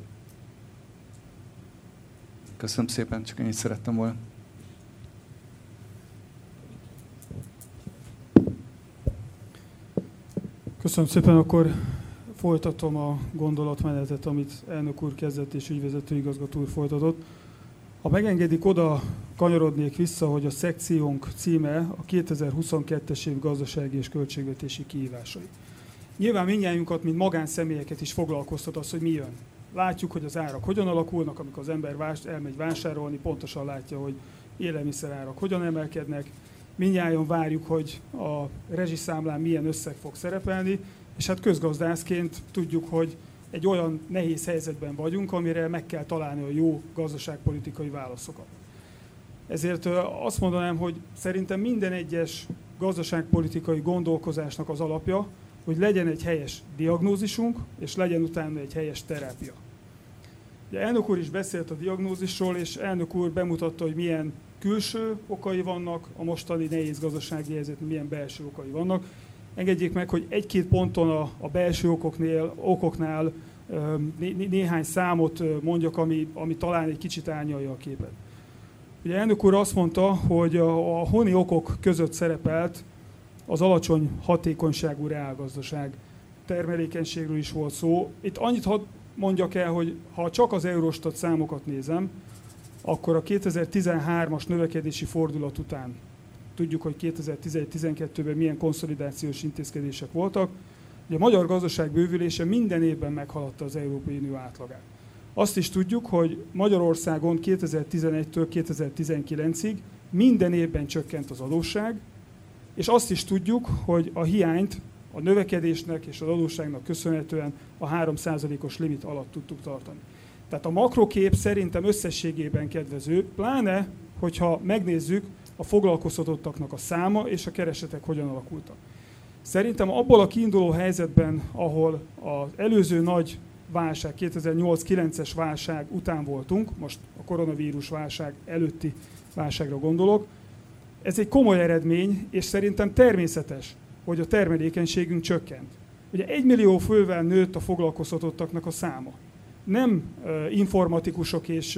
Köszönöm szépen, csak ennyit szerettem volna. Köszönöm szépen, akkor folytatom a gondolatmenetet, amit elnök úr kezdett és ügyvezető igazgató úr folytatott. Ha megengedik, oda kanyarodnék vissza, hogy a szekciónk címe a 2022-es év gazdasági és költségvetési kihívásai. Nyilván mindnyájunkat, mint magánszemélyeket is foglalkoztat az, hogy mi jön. Látjuk, hogy az árak hogyan alakulnak, amikor az ember elmegy vásárolni, pontosan látja, hogy élelmiszerárak hogyan emelkednek. Mindnyájan várjuk, hogy a rezsiszámlán milyen összeg fog szerepelni, és hát közgazdászként tudjuk, hogy egy olyan nehéz helyzetben vagyunk, amire meg kell találni a jó gazdaságpolitikai válaszokat. Ezért azt mondanám, hogy szerintem minden egyes gazdaságpolitikai gondolkozásnak az alapja, hogy legyen egy helyes diagnózisunk, és legyen utána egy helyes terápia. Ugye elnök úr is beszélt a diagnózisról, és elnök úr bemutatta, hogy milyen külső okai vannak, a mostani nehéz gazdasági helyzetnek milyen belső okai vannak. Engedjék meg, hogy egy-két ponton a belső okoknál néhány számot mondjak, ami talán egy kicsit árnyalja a képet. Ugye elnök úr azt mondta, hogy a honi okok között szerepelt az alacsony hatékonyságú reálgazdaság. Termelékenységről is volt szó. Itt annyit hadd mondjak el, hogy ha csak az Eurostat számokat nézem, akkor a 2013-as növekedési fordulat után tudjuk, hogy 2011-12-ben milyen konszolidációs intézkedések voltak. Ugye a magyar gazdaság bővülése minden évben meghaladta az Európai Unió átlagát. Azt is tudjuk, hogy Magyarországon 2011-től 2019-ig minden évben csökkent az adósság, és azt is tudjuk, hogy a hiányt a növekedésnek és az adósságnak köszönhetően a 3%-os limit alatt tudtuk tartani. Tehát a makrokép szerintem összességében kedvező, pláne, hogyha megnézzük a foglalkoztatottaknak a száma és a keresetek hogyan alakultak. Szerintem abból a kiinduló helyzetben, ahol az előző nagy válság, 2008-9-es válság után voltunk, most a koronavírus válság előtti válságra gondolok, ez egy komoly eredmény, és szerintem természetes, hogy a termelékenységünk csökkent. Ugye 1 millió fővel nőtt a foglalkoztatottaknak a száma. Nem informatikusok és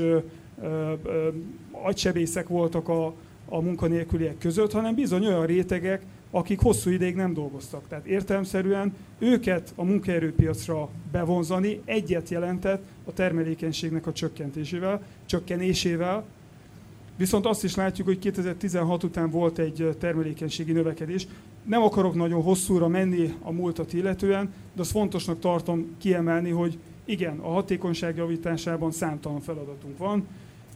agysebészek voltak a munkanélküliek között, hanem bizony olyan rétegek, akik hosszú ideig nem dolgoztak. Tehát értelemszerűen őket a munkaerőpiacra bevonzani egyet jelentett a termelékenységnek a csökkenésével. Viszont azt is látjuk, hogy 2016 után volt egy termelékenységi növekedés. Nem akarok nagyon hosszúra menni a múltat illetően, de azt fontosnak tartom kiemelni, hogy igen, a hatékonyság javításában számtalan feladatunk van.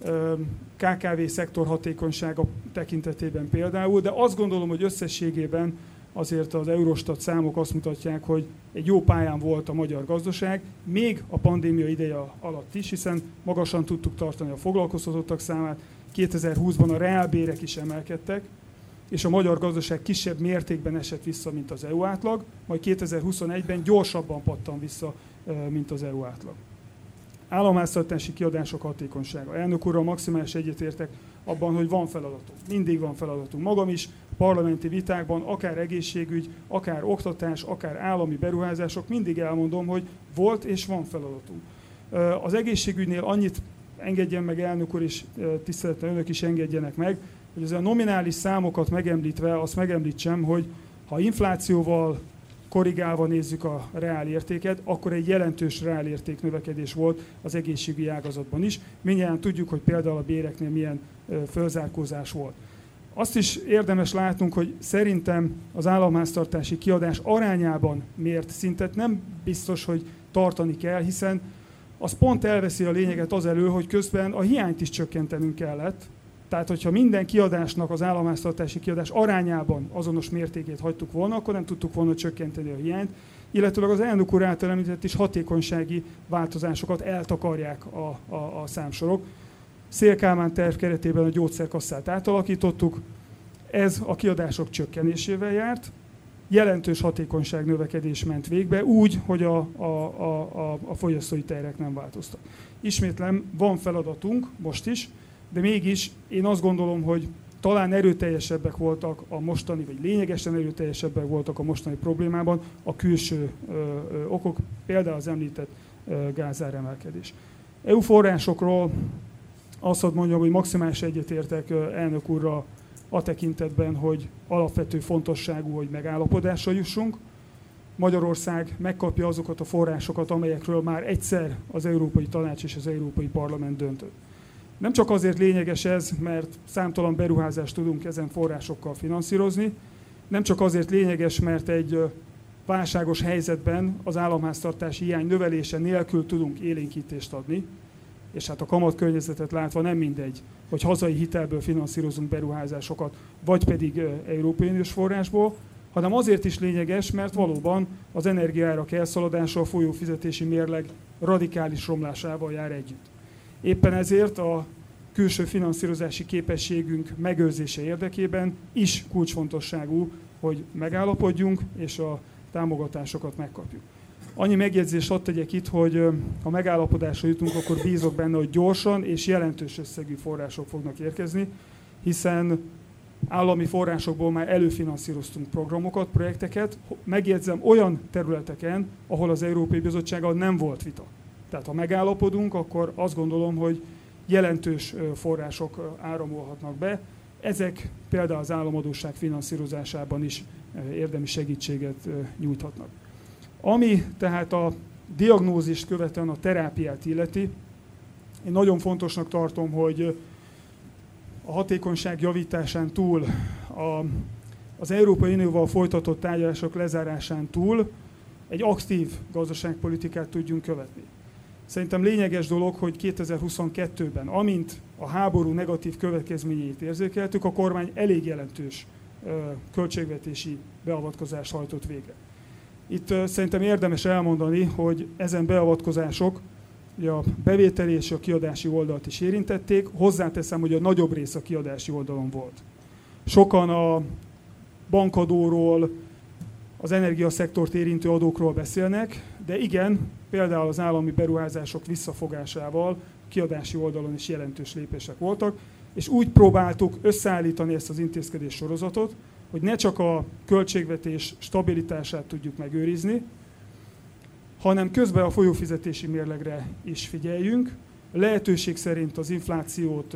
KKV szektor hatékonysága tekintetében például, de azt gondolom, hogy összességében azért az Eurostat számok azt mutatják, hogy egy jó pályán volt a magyar gazdaság, még a pandémia ideje alatt is, hiszen magasan tudtuk tartani a foglalkoztatottak számát, 2020-ban a reálbérek is emelkedtek, és a magyar gazdaság kisebb mértékben esett vissza, mint az EU átlag, majd 2021-ben gyorsabban pattan vissza, mint az EU átlag. Államháztartási kiadások hatékonysága. Elnök úrral maximális egyetértek abban, hogy van feladatunk. Mindig van feladatunk. Magam is parlamenti vitákban, akár egészségügy, akár oktatás, akár állami beruházások, mindig elmondom, hogy volt és van feladatunk. Az egészségügynél annyit engedjen meg elnök úr, és tisztelettel önök is engedjenek meg, hogy az a nominális számokat megemlítve azt megemlítsem, hogy ha inflációval korrigálva nézzük a reálértéket, akkor egy jelentős reálérték növekedés volt az egészségügyi ágazatban is. Mindjárt tudjuk, hogy például a béreknél milyen fölzárkózás volt. Azt is érdemes látnunk, hogy szerintem az államháztartási kiadás arányában mért szintet nem biztos, hogy tartani kell, hiszen az pont elveszi a lényeget az elől, hogy közben a hiányt is csökkentenünk kellett. Tehát, hogyha minden kiadásnak az államháztartási kiadás arányában azonos mértékét hagytuk volna, akkor nem tudtuk volna csökkenteni a hiányt, illetőleg az elnök úr által említett is hatékonysági változásokat eltakarják a számsorok. Széll-Kálmán terv keretében a gyógyszerkasszát átalakítottuk, ez a kiadások csökkenésével járt, jelentős hatékonyságnövekedés ment végbe, úgy, hogy a fogyasztói terhek nem változtak. Ismétlem, van feladatunk most is, de mégis én azt gondolom, hogy talán erőteljesebbek voltak a mostani, vagy lényegesen erőteljesebbek voltak a mostani problémában a külső okok, például az említett gázáremelkedés. EU forrásokról azt hadd mondjam, hogy maximális egyetértek elnök úrra a tekintetben, hogy alapvető fontosságú, hogy megállapodásra jussunk. Magyarország megkapja azokat a forrásokat, amelyekről már egyszer az Európai Tanács és az Európai Parlament döntött. Nem csak azért lényeges ez, mert számtalan beruházást tudunk ezen forrásokkal finanszírozni, nem csak azért lényeges, mert egy válságos helyzetben az államháztartási hiány növelése nélkül tudunk élénkítést adni, és hát a kamatkörnyezetet látva nem mindegy, hogy hazai hitelből finanszírozunk beruházásokat, vagy pedig Európai Uniós forrásból, hanem azért is lényeges, mert valóban az energiaárak elszaladása a folyófizetési mérleg radikális romlásával jár együtt. Éppen ezért a külső finanszírozási képességünk megőrzése érdekében is kulcsfontosságú, hogy megállapodjunk és a támogatásokat megkapjuk. Annyi megjegyzést hadd tegyek itt, hogy ha megállapodásra jutunk, akkor bízok benne, hogy gyorsan és jelentős összegű források fognak érkezni, hiszen állami forrásokból már előfinanszíroztunk programokat, projekteket, megjegyzem olyan területeken, ahol az Európai Bizottsággal nem volt vita. Tehát ha megállapodunk, akkor azt gondolom, hogy jelentős források áramolhatnak be. Ezek például az államadósság finanszírozásában is érdemi segítséget nyújthatnak. Ami tehát a diagnózist követően a terápiát illeti, én nagyon fontosnak tartom, hogy a hatékonyság javításán túl, az Európai Unióval folytatott tárgyalások lezárásán túl egy aktív gazdaságpolitikát tudjunk követni. Szerintem lényeges dolog, hogy 2022-ben, amint a háború negatív következményeit érzékeltük, a kormány elég jelentős költségvetési beavatkozást hajtott végre. Itt szerintem érdemes elmondani, hogy ezen beavatkozások a bevételi és a kiadási oldalt is érintették. Hozzáteszem, hogy a nagyobb rész a kiadási oldalon volt. Sokan a bankadóról, az energiaszektort érintő adókról beszélnek, de igen, például az állami beruházások visszafogásával kiadási oldalon is jelentős lépések voltak, és úgy próbáltuk összeállítani ezt az intézkedés sorozatot, hogy ne csak a költségvetés stabilitását tudjuk megőrizni, hanem közben a folyófizetési mérlegre is figyeljünk. Lehetőség szerint az inflációt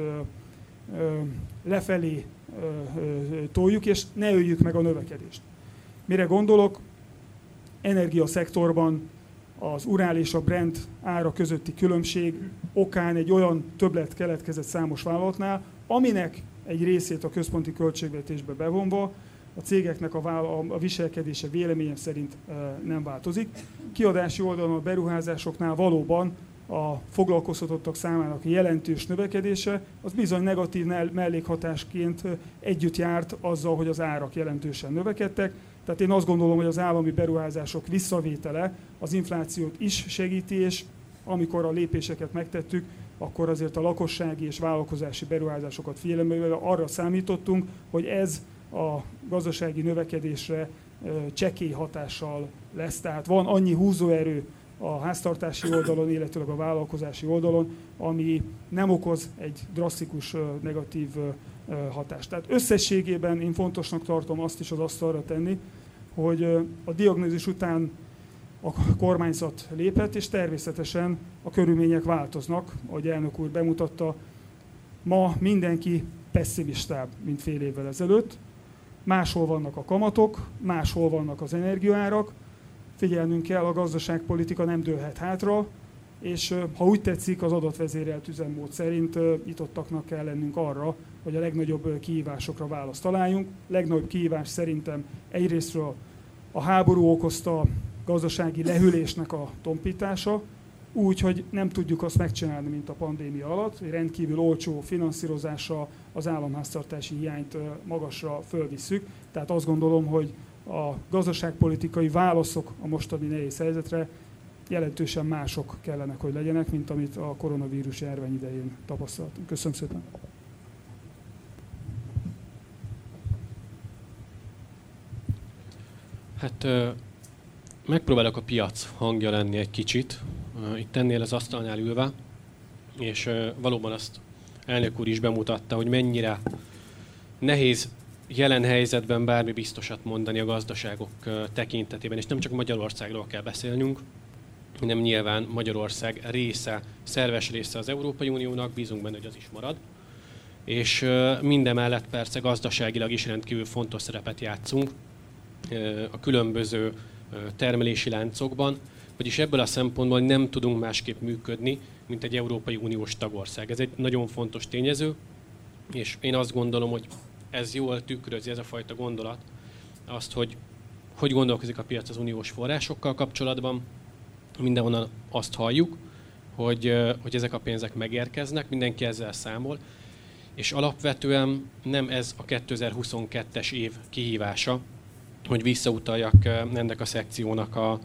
lefelé toljuk, és ne öljük meg a növekedést. Mire gondolok? Energiaszektorban az Urál és a Brent ára közötti különbség okán egy olyan többlet keletkezett számos vállalatnál, aminek egy részét a központi költségvetésbe bevonva a cégeknek a viselkedése véleményem szerint nem változik. Kiadási oldalon a beruházásoknál valóban a foglalkoztatottak számának jelentős növekedése, az bizony negatív mellékhatásként együtt járt azzal, hogy az árak jelentősen növekedtek. Tehát én azt gondolom, hogy az állami beruházások visszavétele az inflációt is segíti, és amikor a lépéseket megtettük, akkor azért a lakossági és vállalkozási beruházásokat figyelembe véve arra számítottunk, hogy ez a gazdasági növekedésre csekély hatással lesz. Tehát van annyi húzóerő a háztartási oldalon, illetőleg a vállalkozási oldalon, ami nem okoz egy drasztikus negatív hatást. Tehát összességében én fontosnak tartom azt is az asztalra tenni, hogy a diagnózis után a kormányzat lépett, és természetesen a körülmények változnak, ahogy elnök úr bemutatta. Ma mindenki pesszimistább, mint fél évvel ezelőtt. Máshol vannak a kamatok, máshol vannak az energiaárak. Figyelnünk kell, a gazdaságpolitika nem dőlhet hátra, és ha úgy tetszik, az adatvezérelt üzemmód szerint nyitottaknak kell lennünk arra, hogy a legnagyobb kihívásokra választ találjunk. Legnagyobb kihívás szerintem egyrésztről a háború okozta gazdasági lehűlésnek a tompítása, úgy, hogy nem tudjuk azt megcsinálni, mint a pandémia alatt, hogy rendkívül olcsó finanszírozással az államháztartási hiányt magasra fölvisszük. Tehát azt gondolom, hogy a gazdaságpolitikai válaszok a mostani nehéz helyzetre jelentősen mások kellenek, hogy legyenek, mint amit a koronavírus járvány idején tapasztaltunk. Köszönöm szépen! Hát megpróbálok a piac hangja lenni egy kicsit, itt ennél az asztalnál ülve, és valóban azt elnök úr is bemutatta, hogy mennyire nehéz jelen helyzetben bármi biztosat mondani a gazdaságok tekintetében, és nem csak Magyarországról kell beszélnünk, hanem nyilván Magyarország része, szerves része az Európai Uniónak, bízunk benne, hogy az is marad. És mindemellett persze gazdaságilag is rendkívül fontos szerepet játszunk a különböző termelési láncokban, vagyis ebből a szempontból nem tudunk másképp működni, mint egy Európai Uniós tagország. Ez egy nagyon fontos tényező, és én azt gondolom, hogy ez jól tükrözi, ez a fajta gondolat, azt, hogy gondolkozik a piac az uniós forrásokkal kapcsolatban. Mindenhonnan azt halljuk, hogy ezek a pénzek megérkeznek, mindenki ezzel számol, és alapvetően nem ez a 2022-es év kihívása, hogy visszautaljak ennek a szekciónak a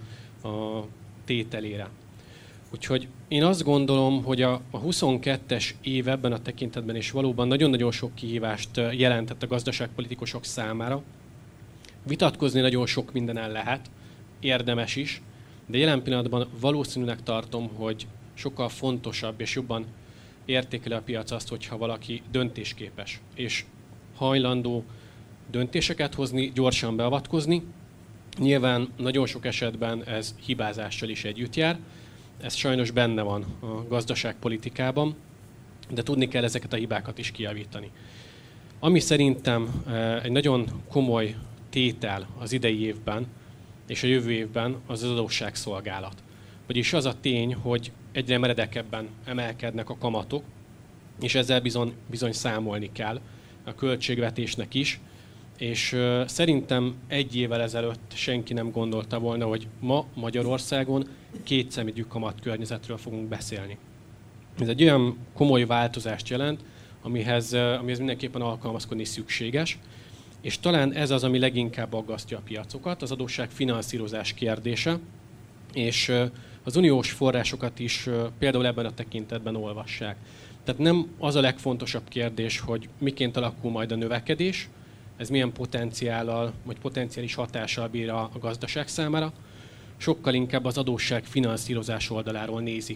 tételére. Úgyhogy én azt gondolom, hogy a 22-es év ebben a tekintetben is valóban nagyon-nagyon sok kihívást jelentett a gazdaságpolitikusok számára. Vitatkozni nagyon sok mindenen lehet, érdemes is, de jelen pillanatban valószínűleg tartom, hogy sokkal fontosabb és jobban értékeli a piac azt, hogyha valaki döntésképes és hajlandó döntéseket hozni, gyorsan beavatkozni. Nyilván nagyon sok esetben ez hibázással is együtt jár. Ez sajnos benne van a gazdaságpolitikában, de tudni kell ezeket a hibákat is kijavítani. Ami szerintem egy nagyon komoly tétel az idei évben és a jövő évben, az az adósságszolgálat. Vagyis az a tény, hogy egyre meredekebben emelkednek a kamatok, és ezzel bizony számolni kell a költségvetésnek is, és szerintem egy évvel ezelőtt senki nem gondolta volna, hogy ma Magyarországon kétszemügyű kamatkörnyezetről fogunk beszélni. Ez egy olyan komoly változást jelent, amihez mindenképpen alkalmazkodni szükséges, és talán ez az, ami leginkább aggasztja a piacokat, az adósság finanszírozás kérdése, és az uniós forrásokat is például ebben a tekintetben olvassák. Tehát nem az a legfontosabb kérdés, hogy miként alakul majd a növekedés, ez milyen potenciállal, vagy potenciális hatással bír a gazdaság számára, sokkal inkább az adósság finanszírozás oldaláról nézik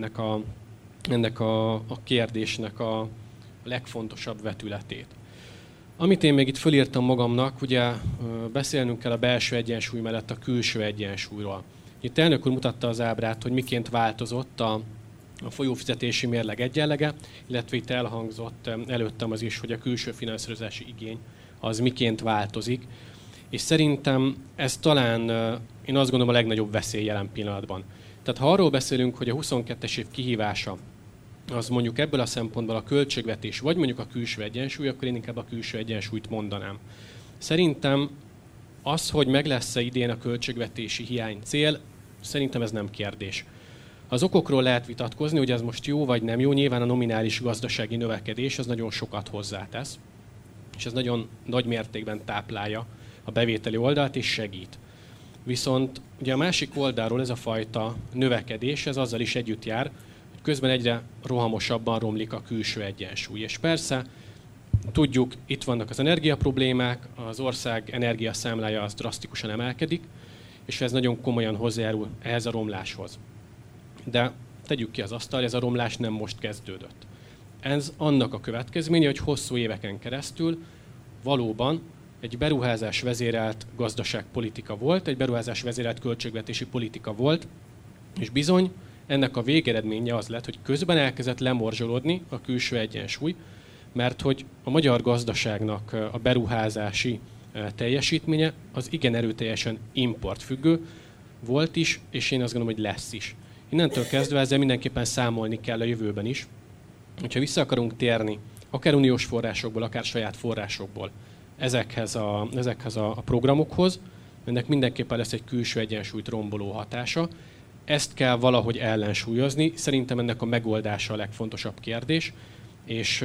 ennek a kérdésnek a legfontosabb vetületét. Amit én még itt fölírtam magamnak, ugye beszélnünk kell a belső egyensúly mellett a külső egyensúlyról. Itt elnök úr mutatta az ábrát, hogy miként változott a folyófizetési mérleg egyenlege, illetve itt elhangzott előttem az is, hogy a külső finanszírozási igény az miként változik. És szerintem ez talán, én azt gondolom, a legnagyobb veszély jelen pillanatban. Tehát ha arról beszélünk, hogy a 22-es év kihívása az mondjuk ebből a szempontból a költségvetés, vagy mondjuk a külső egyensúly, akkor én inkább a külső egyensúlyt mondanám. Szerintem az, hogy meg lesz-e idén a költségvetési hiány cél, szerintem ez nem kérdés. Az okokról lehet vitatkozni, hogy ez most jó vagy nem jó, nyilván a nominális gazdasági növekedés az nagyon sokat hozzátesz, és ez nagyon nagy mértékben táplálja a bevételi oldalt és segít. Viszont ugye a másik oldalról ez a fajta növekedés, ez azzal is együtt jár, hogy közben egyre rohamosabban romlik a külső egyensúly. És persze tudjuk, itt vannak az energiaproblémák, az ország energiaszámlája az drasztikusan emelkedik, és ez nagyon komolyan hozzájárul ehhez a romláshoz. De tegyük ki az asztalra, ez a romlás nem most kezdődött. Ez annak a következménye, hogy hosszú éveken keresztül valóban egy beruházás vezérelt gazdaságpolitika volt, egy beruházás vezérelt költségvetési politika volt, és bizony ennek a végeredménye az lett, hogy közben elkezdett lemorzsolódni a külső egyensúly, mert hogy a magyar gazdaságnak a beruházási teljesítménye az igen erőteljesen importfüggő volt is, és én azt gondolom, hogy lesz is. Innentől kezdve ezzel mindenképpen számolni kell a jövőben is. Hogyha vissza akarunk térni, akár uniós forrásokból, akár saját forrásokból ezekhez a programokhoz, ennek mindenképpen lesz egy külső egyensúlyt romboló hatása. Ezt kell valahogy ellensúlyozni. Szerintem ennek a megoldása a legfontosabb kérdés, és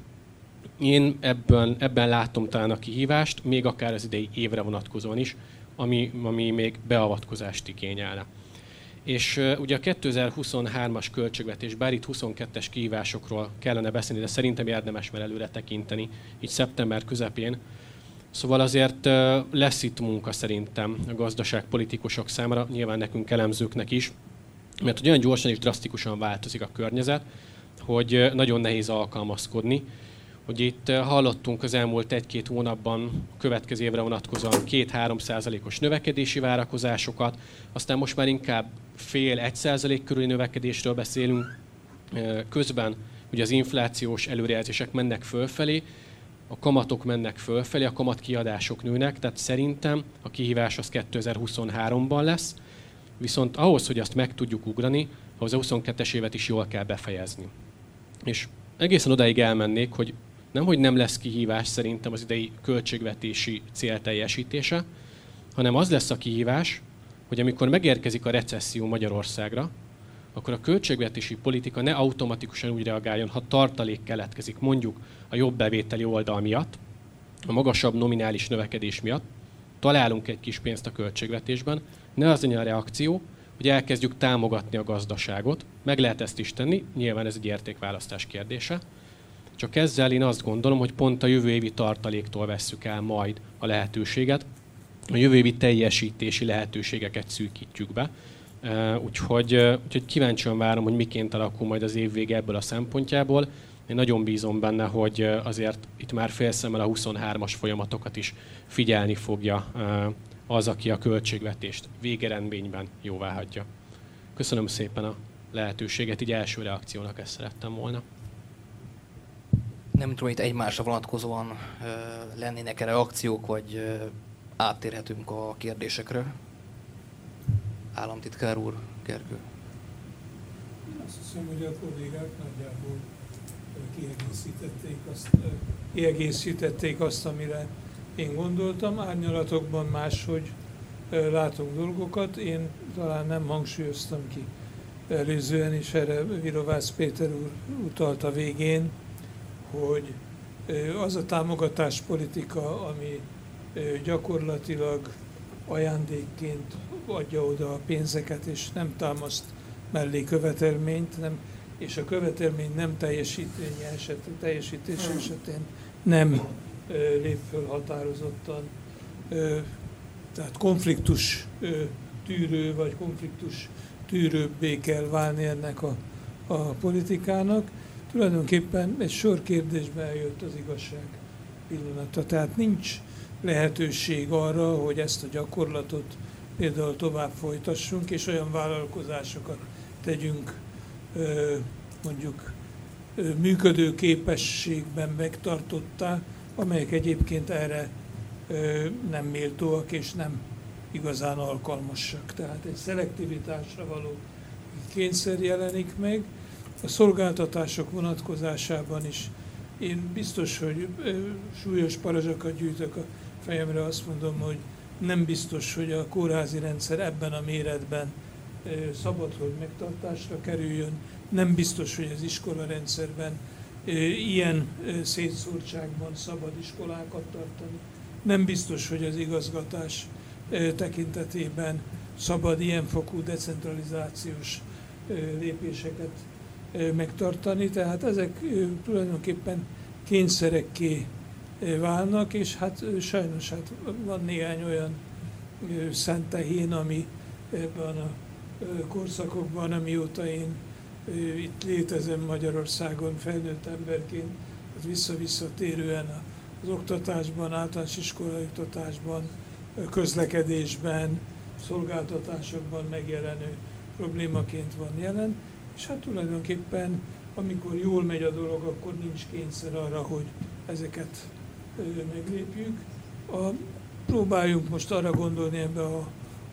én ebben látom talán a kihívást, még akár az idei évre vonatkozóan is, ami még beavatkozást igényelne. És ugye a 2023-as költségvetés, bár itt 22-es kihívásokról kellene beszélni, de szerintem érdemes már előre tekinteni, így szeptember közepén. Szóval azért lesz itt munka szerintem a gazdaságpolitikusok számára, nyilván nekünk elemzőknek is, mert olyan gyorsan és drasztikusan változik a környezet, hogy nagyon nehéz alkalmazkodni. Hogy itt hallottunk az elmúlt 1-2 hónapban a következő évre vonatkozóan 2-3%-os növekedési várakozásokat, aztán most már inkább 0,5-1% körüli növekedésről beszélünk. Közben ugye az inflációs előrejelzések mennek fölfelé, a kamatok mennek fölfelé, a kamatkiadások nőnek, tehát szerintem a kihívás az 2023-ban lesz, viszont ahhoz, hogy azt meg tudjuk ugrani, ahhoz a 22-es évet is jól kell befejezni. És egészen odáig elmennék, hogy nem lesz kihívás szerintem az idei költségvetési cél teljesítése, hanem az lesz a kihívás, hogy amikor megérkezik a recesszió Magyarországra, akkor a költségvetési politika ne automatikusan úgy reagáljon, ha tartalék keletkezik, mondjuk a jobb bevételi oldal miatt, a magasabb nominális növekedés miatt, találunk egy kis pénzt a költségvetésben, ne az legyen a reakció, hogy elkezdjük támogatni a gazdaságot. Meg lehet ezt is tenni, nyilván ez egy értékválasztás kérdése. Csak ezzel én azt gondolom, hogy pont a jövő évi tartaléktól vesszük el majd a lehetőséget, a jövő évi teljesítési lehetőségeket szűkítjük be. Úgyhogy kíváncsian várom, hogy miként alakul majd az év vége ebből a szempontjából. Én nagyon bízom benne, hogy azért itt már félszemmel a 23-as folyamatokat is figyelni fogja az, aki a költségvetést végeredményben jóváhagyja. Köszönöm szépen a lehetőséget, így első reakciónak ezt szerettem volna. Nem tudom, itt egymásra vonatkozóan lennének-e reakciók, vagy áttérhetünk a kérdésekre. Államtitkár úr, Gergő. Azt hiszem, hogy a kollégák nagyjából kiegészítették azt, amire én gondoltam. Árnyalatokban máshogy látunk dolgokat. Én talán nem hangsúlyoztam ki előzően, és erre Virovász Péter úr utalt a végén, hogy az a támogatáspolitika, ami gyakorlatilag ajándékként adja oda a pénzeket, és nem támaszt mellé követelményt, és a követelmény nem teljesítés esetén nem lép föl határozottan. Tehát konfliktus tűrő, vagy konfliktus tűrőbbé kell válni ennek a politikának. Tulajdonképpen egy sor kérdésben eljött az igazság pillanata. Tehát nincs lehetőség arra, hogy ezt a gyakorlatot például tovább folytassunk, és olyan vállalkozásokat tegyünk mondjuk működő képességben megtartottá, amelyek egyébként erre nem méltóak és nem igazán alkalmasak. Tehát egy szelektivitásra való kényszer jelenik meg. A szolgáltatások vonatkozásában is én biztos, hogy súlyos parazsakat gyűjtök a fejemre, azt mondom, hogy nem biztos, hogy a kórházi rendszer ebben a méretben szabad, hogy megtartásra kerüljön. Nem biztos, hogy az iskolarendszerben ilyen szétszórtságban szabad iskolákat tartani. Nem biztos, hogy az igazgatás tekintetében szabad ilyen fokú decentralizációs lépéseket megtartani. Tehát ezek tulajdonképpen kényszerekké válnak, és hát sajnos van néhány olyan szentehén, ami ebben a korszakokban, amióta én itt létezem Magyarországon felnőtt emberként, az vissza-visszatérően az oktatásban, általános iskolai oktatásban, közlekedésben, szolgáltatásokban megjelenő problémaként van jelen, és hát tulajdonképpen, amikor jól megy a dolog, akkor nincs kényszer arra, hogy ezeket meglépjük. Próbáljunk most arra gondolni ebbe a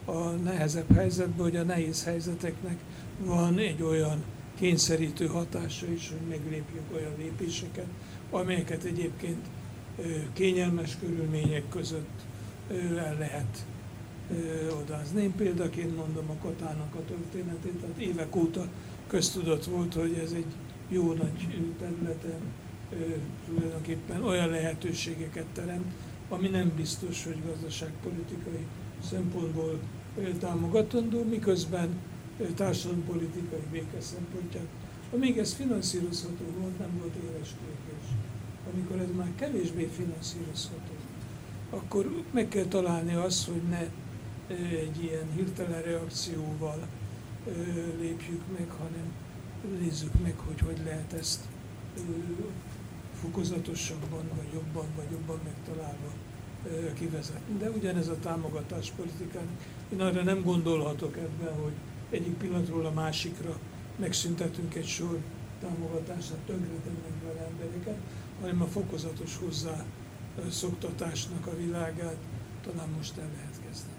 a nehezebb helyzetbe, hogy a nehéz helyzeteknek van egy olyan kényszerítő hatása is, hogy meglépjünk olyan lépéseket, amelyeket egyébként kényelmes körülmények között el lehet odázni. Én példaként mondom a Katának a történetét, tehát évek óta köztudott volt, hogy ez egy jó nagy területen tulajdonképpen olyan lehetőségeket teremt, ami nem biztos, hogy gazdaságpolitikai szempontból támogatandó, miközben társadalompolitikai béke szempontjából. Amíg ez finanszírozható volt, nem volt éles kérdés. Amikor ez már kevésbé finanszírozható, akkor meg kell találni azt, hogy ne egy ilyen hirtelen reakcióval lépjük meg, hanem nézzük meg, hogy lehet ezt fokozatosabban, vagy jobban megtalálva kivezetni. De ugyanez a támogatáspolitikán. Én arra nem gondolhatok ebben, hogy egyik pillanatról a másikra megszüntetünk egy sor támogatását, tönkretennek vele embereket, hanem a fokozatos hozzá szoktatásnak a világát talán most el lehet kezdeni.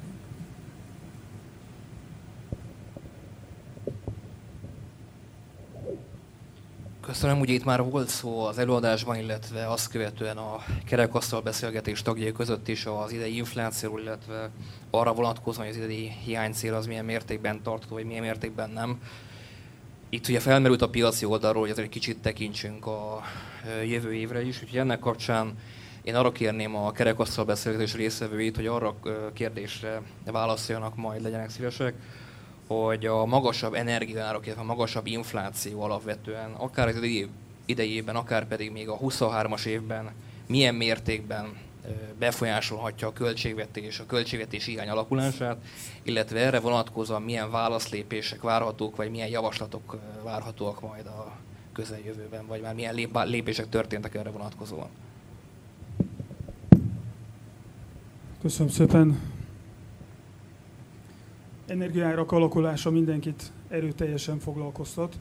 Köszönöm, ugye itt már volt szó az előadásban, illetve azt követően a kerekasztal beszélgetés tagjai között is az idei inflációról, illetve arra vonatkozóan, hogy az idei hiánycél az milyen mértékben tartható, vagy milyen mértékben nem. Itt ugye felmerült a piaci oldalról, hogy azért egy kicsit tekintsünk a jövő évre is, úgyhogy ennek kapcsán én arra kérném a kerekasztal beszélgetés résztvevőit, hogy arra a kérdésre válaszoljanak, majd legyenek szívesek, hogy a magasabb energiaárak, illetve a magasabb infláció alapvetően, akár az idei évben, akár pedig még a 23-as évben milyen mértékben befolyásolhatja a költségvetési hiány alakulását, illetve erre vonatkozóan milyen válaszlépések várhatók, vagy milyen javaslatok várhatóak majd a közeljövőben, vagy már milyen lépések történtek erre vonatkozóan. Köszönöm szépen. Energiaárak alakulása mindenkit erőteljesen foglalkoztat.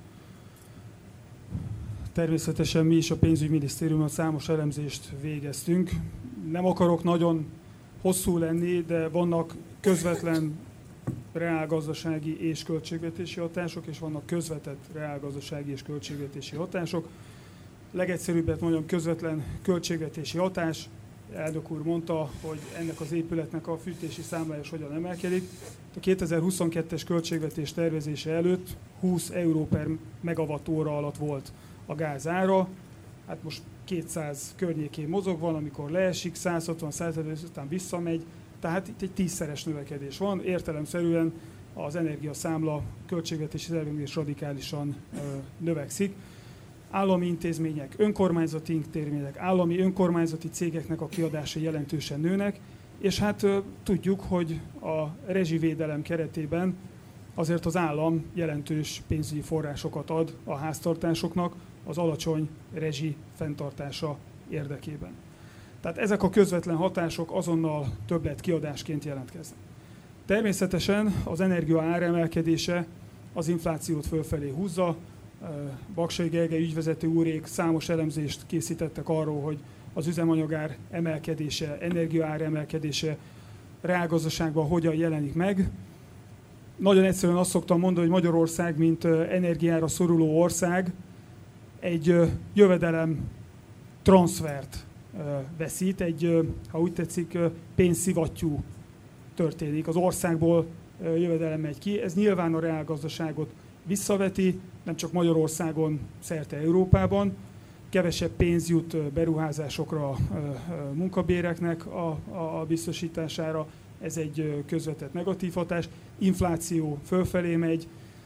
Természetesen mi is a pénzügyminisztériumban számos elemzést végeztünk. Nem akarok nagyon hosszú lenni, de vannak közvetlen reálgazdasági és költségvetési hatások, és vannak közvetett reálgazdasági és költségvetési hatások. Legegyszerűbbet mondjam, közvetlen költségvetési hatás. Elnök úr mondta, hogy ennek az épületnek a fűtési számlája hogyan emelkedik. A 2022-es költségvetés tervezése előtt 20 euró per megavattóra alatt volt a gáz ára. Hát most 200 környékén mozog, van, amikor leesik, 160-170, után visszamegy. Tehát itt egy 10-szeres növekedés van. Értelemszerűen az energiaszámla költségvetési tervezés radikálisan növekszik. Állami intézmények, önkormányzati intézmények, állami önkormányzati cégeknek a kiadásai jelentősen nőnek, és hát tudjuk, hogy a rezsivédelem keretében azért az állam jelentős pénzügyi forrásokat ad a háztartásoknak az alacsony rezsi fenntartása érdekében. Tehát ezek a közvetlen hatások azonnal többlet kiadásként jelentkeznek. Természetesen az energia áremelkedése az inflációt fölfelé húzza. Baksay Gergely ügyvezető úrék számos elemzést készítettek arról, hogy az üzemanyagár emelkedése, energiaár emelkedése reálgazdaságban hogyan jelenik meg. Nagyon egyszerűen azt szoktam mondani, hogy Magyarország, mint energiára szoruló ország, egy jövedelem transzfert veszít, egy, ha úgy tetszik, pénzszivattyú történik. Az országból jövedelem megy ki. Ez nyilván a reálgazdaságot visszaveti, nem csak Magyarországon, szerte Európában. Kevesebb pénz jut beruházásokra, munkabéreknek a biztosítására. Ez egy közvetett negatív hatás. Infláció fölfelé megy.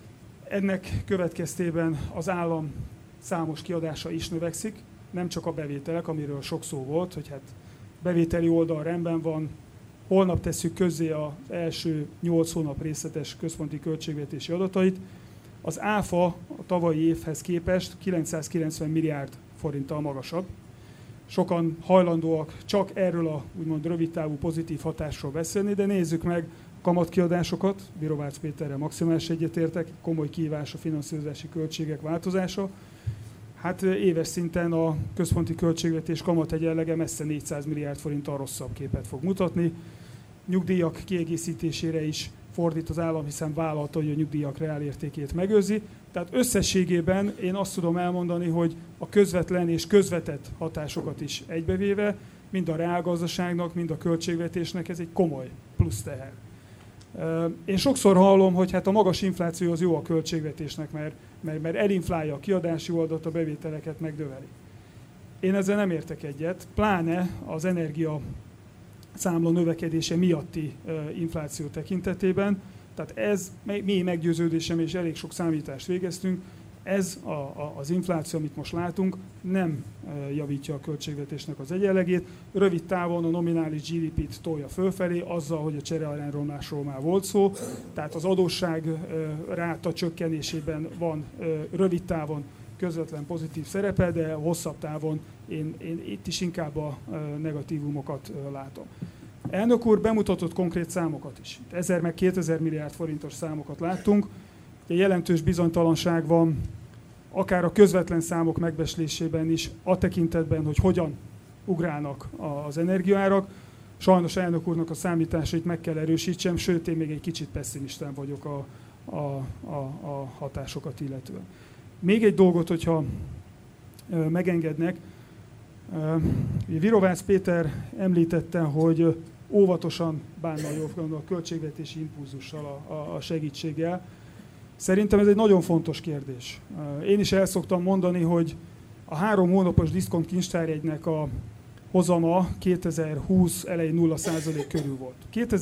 Ennek következtében az állam számos kiadása is növekszik, nem csak a bevételek, amiről sok szó volt, hogy hát bevételi oldal rendben van. Holnap tesszük közzé az első 8 hónap részletes központi költségvetési adatait. Az ÁFA a tavalyi évhez képest 990 milliárd forinttal magasabb. Sokan hajlandóak csak erről a úgymond rövidtávú pozitív hatásról beszélni, de nézzük meg a kamatkiadásokat. Birovácz Péterrel maximális egyetértek, komoly kihívás a finanszírozási költségek változása. Hát éves szinten a központi költségvetés kamategyenlege messze 400 milliárd forinttal rosszabb képet fog mutatni. Nyugdíjak kiegészítésére is fordít az állam, hiszen vállalta, hogy a nyugdíjak reálértékét megőrzi. Tehát összességében én azt tudom elmondani, hogy a közvetlen és közvetett hatásokat is egybevéve, mind a reálgazdaságnak, mind a költségvetésnek ez egy komoly plusz teher. Én sokszor hallom, hogy hát a magas infláció az jó a költségvetésnek, mert elinflálja a kiadási oldalt, a bevételeket megdöveli. Én ezzel nem értek egyet, pláne az energia számla növekedése miatti infláció tekintetében. Tehát ez mély meggyőződésem, és elég sok számítást végeztünk, ez az infláció, amit most látunk, nem javítja a költségvetésnek az egyenlegét. Rövid távon a nominális GDP-t tolja fölfelé, azzal, hogy a cserearányromlásról már volt szó. Tehát az adósság ráta csökkenésében van rövid távon közvetlen pozitív szerepe, de hosszabb távon én itt is inkább a negatívumokat látom. Elnök úr bemutatott konkrét számokat is. 1000 meg 2000 milliárd forintos számokat láttunk. Egy jelentős bizonytalanság van, akár a közvetlen számok megbeslésében is, a tekintetben, hogy hogyan ugrálnak az energiaárak. Sajnos elnök úrnak a számításait meg kell erősítsem, sőt, én még egy kicsit pessimistán vagyok a hatásokat illetően. Még egy dolgot, hogyha megengednek, Virovácz Péter említette, hogy óvatosan bánna a költségvetési impulzussal, a segítséggel. Szerintem ez egy nagyon fontos kérdés. Én is el szoktam mondani, hogy a 3 hónapos diszkont kincstárjegynek a hozama 2020 elején 0% körül volt.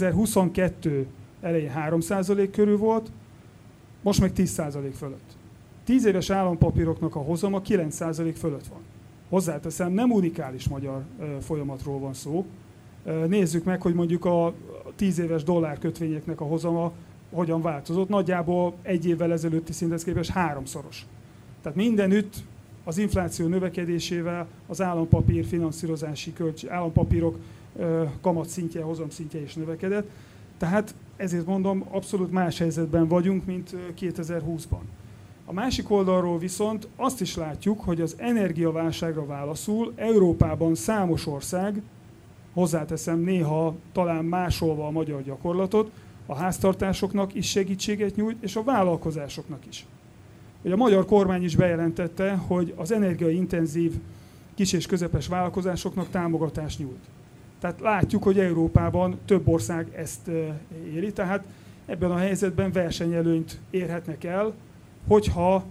2022 elején 3% körül volt, most meg 10% fölött. 10 éves állampapíroknak a hozama 9% fölött van. Hozzáteszem, nem unikális magyar folyamatról van szó. Nézzük meg, hogy mondjuk a 10 éves dollárkötvényeknek a hozama hogyan változott. Nagyjából egy évvel ezelőtti szinthez képest 3-szoros. Tehát mindenütt az infláció növekedésével az állampapír finanszírozási állampapírok kamatszintje, hozamszintje is növekedett. Tehát ezért mondom, abszolút más helyzetben vagyunk, mint 2020-ban. A másik oldalról viszont azt is látjuk, hogy az energiaválságra válaszul Európában számos ország, hozzáteszem néha talán másolva a magyar gyakorlatot, a háztartásoknak is segítséget nyújt, és a vállalkozásoknak is. Ugye a magyar kormány is bejelentette, hogy az energiaintenzív kis- és közepes vállalkozásoknak támogatást nyújt. Tehát látjuk, hogy Európában több ország ezt éri, tehát ebben a helyzetben versenyelőnyt érhetnek el, hogyha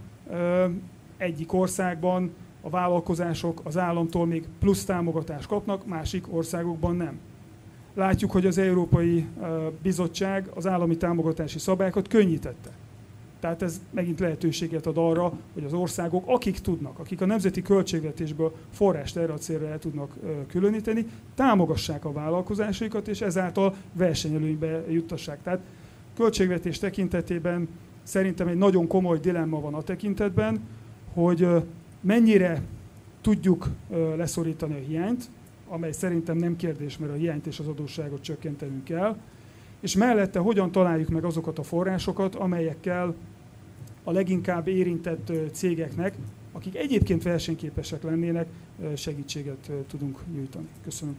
egyik országban a vállalkozások az államtól még plusz támogatást kapnak, másik országokban nem. Látjuk, hogy az Európai Bizottság az állami támogatási szabályokat könnyítette. Tehát ez megint lehetőséget ad arra, hogy az országok, akik tudnak, akik a nemzeti költségvetésből forrást erre a célra el tudnak különíteni, támogassák a vállalkozásaikat, és ezáltal versenyelőnybe juttassák. Tehát költségvetés tekintetében szerintem egy nagyon komoly dilemma van a tekintetben, hogy mennyire tudjuk leszorítani a hiányt, amely szerintem nem kérdés, mert a hiányt és az adósságot csökkentenünk kell, és mellette hogyan találjuk meg azokat a forrásokat, amelyekkel a leginkább érintett cégeknek, akik egyébként versenyképesek lennének, segítséget tudunk nyújtani. Köszönöm.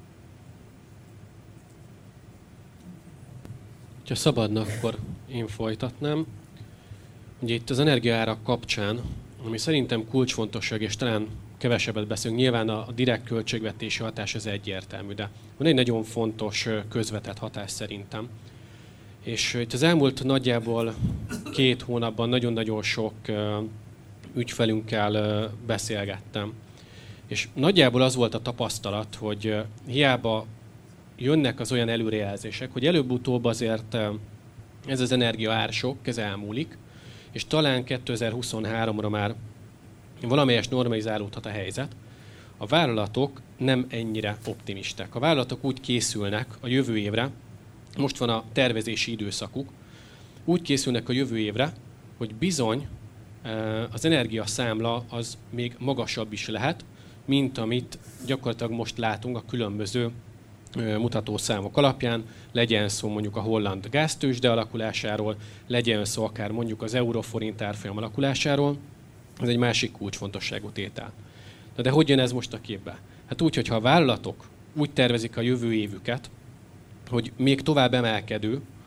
Ha szabadna, akkor én folytatnám. Ugye itt az energiaárak kapcsán, ami szerintem kulcsfontosság, és talán kevesebbet beszélünk, nyilván a direkt költségvetési hatás az egyértelmű, de van egy nagyon fontos közvetett hatás szerintem. És itt az elmúlt nagyjából 2 hónapban nagyon-nagyon sok ügyfelünkkel beszélgettem. És nagyjából az volt a tapasztalat, hogy hiába jönnek az olyan előrejelzések, hogy előbb-utóbb azért ez az energiaársok, ez elmúlik, és talán 2023-ra már valamelyes normalizálódhat a helyzet. A vállalatok nem ennyire optimisták. A vállalatok úgy készülnek a jövő évre, most van a tervezési időszakuk, úgy készülnek a jövő évre, hogy bizony az energiaszámla az még magasabb is lehet, mint amit gyakorlatilag most látunk a különböző mutatószámok alapján, legyen szó mondjuk a holland gáztőzsde alakulásáról, legyen szó akár mondjuk az euróforint árfolyam alakulásáról, ez egy másik kulcsfontosságú tétel. De hogy jön ez most a képbe? Hát úgy, hogyha a vállalatok úgy tervezik a jövő évüket, hogy még tovább emelkedő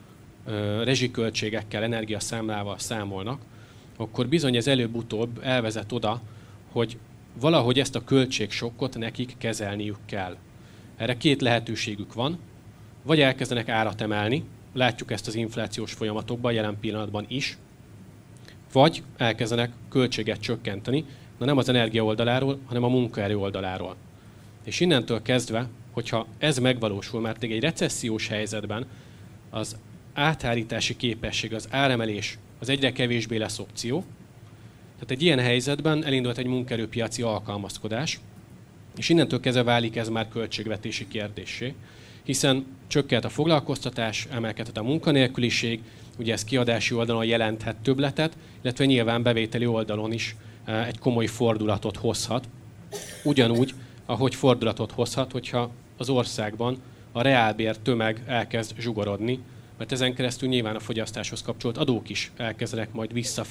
rezsiköltségekkel, energiaszámlával számolnak, akkor bizony ez előbb-utóbb elvezet oda, hogy valahogy ezt a költségsokkot nekik kezelniük kell. Erre két lehetőségük van, vagy elkezdenek árat emelni, látjuk ezt az inflációs folyamatokban jelen pillanatban is, vagy elkezdenek költséget csökkenteni, de nem az energia oldaláról, hanem a munkaerő oldaláról. És innentől kezdve, hogyha ez megvalósul, mert egy recessziós helyzetben az áthárítási képesség, az áremelés az egyre kevésbé lesz opció. Tehát egy ilyen helyzetben elindult egy munkaerőpiaci alkalmazkodás, és innentől kezdve válik ez már költségvetési kérdéssé, hiszen csökkent a foglalkoztatás, emelkedhet a munkanélküliség, ugye ez kiadási oldalon jelenthet többletet, illetve nyilván bevételi oldalon is egy komoly fordulatot hozhat. Ugyanúgy, ahogy fordulatot hozhat, hogyha az országban a reálbér tömeg elkezd zsugorodni, mert ezen keresztül nyilván a fogyasztáshoz kapcsolt adók is elkezdenek majd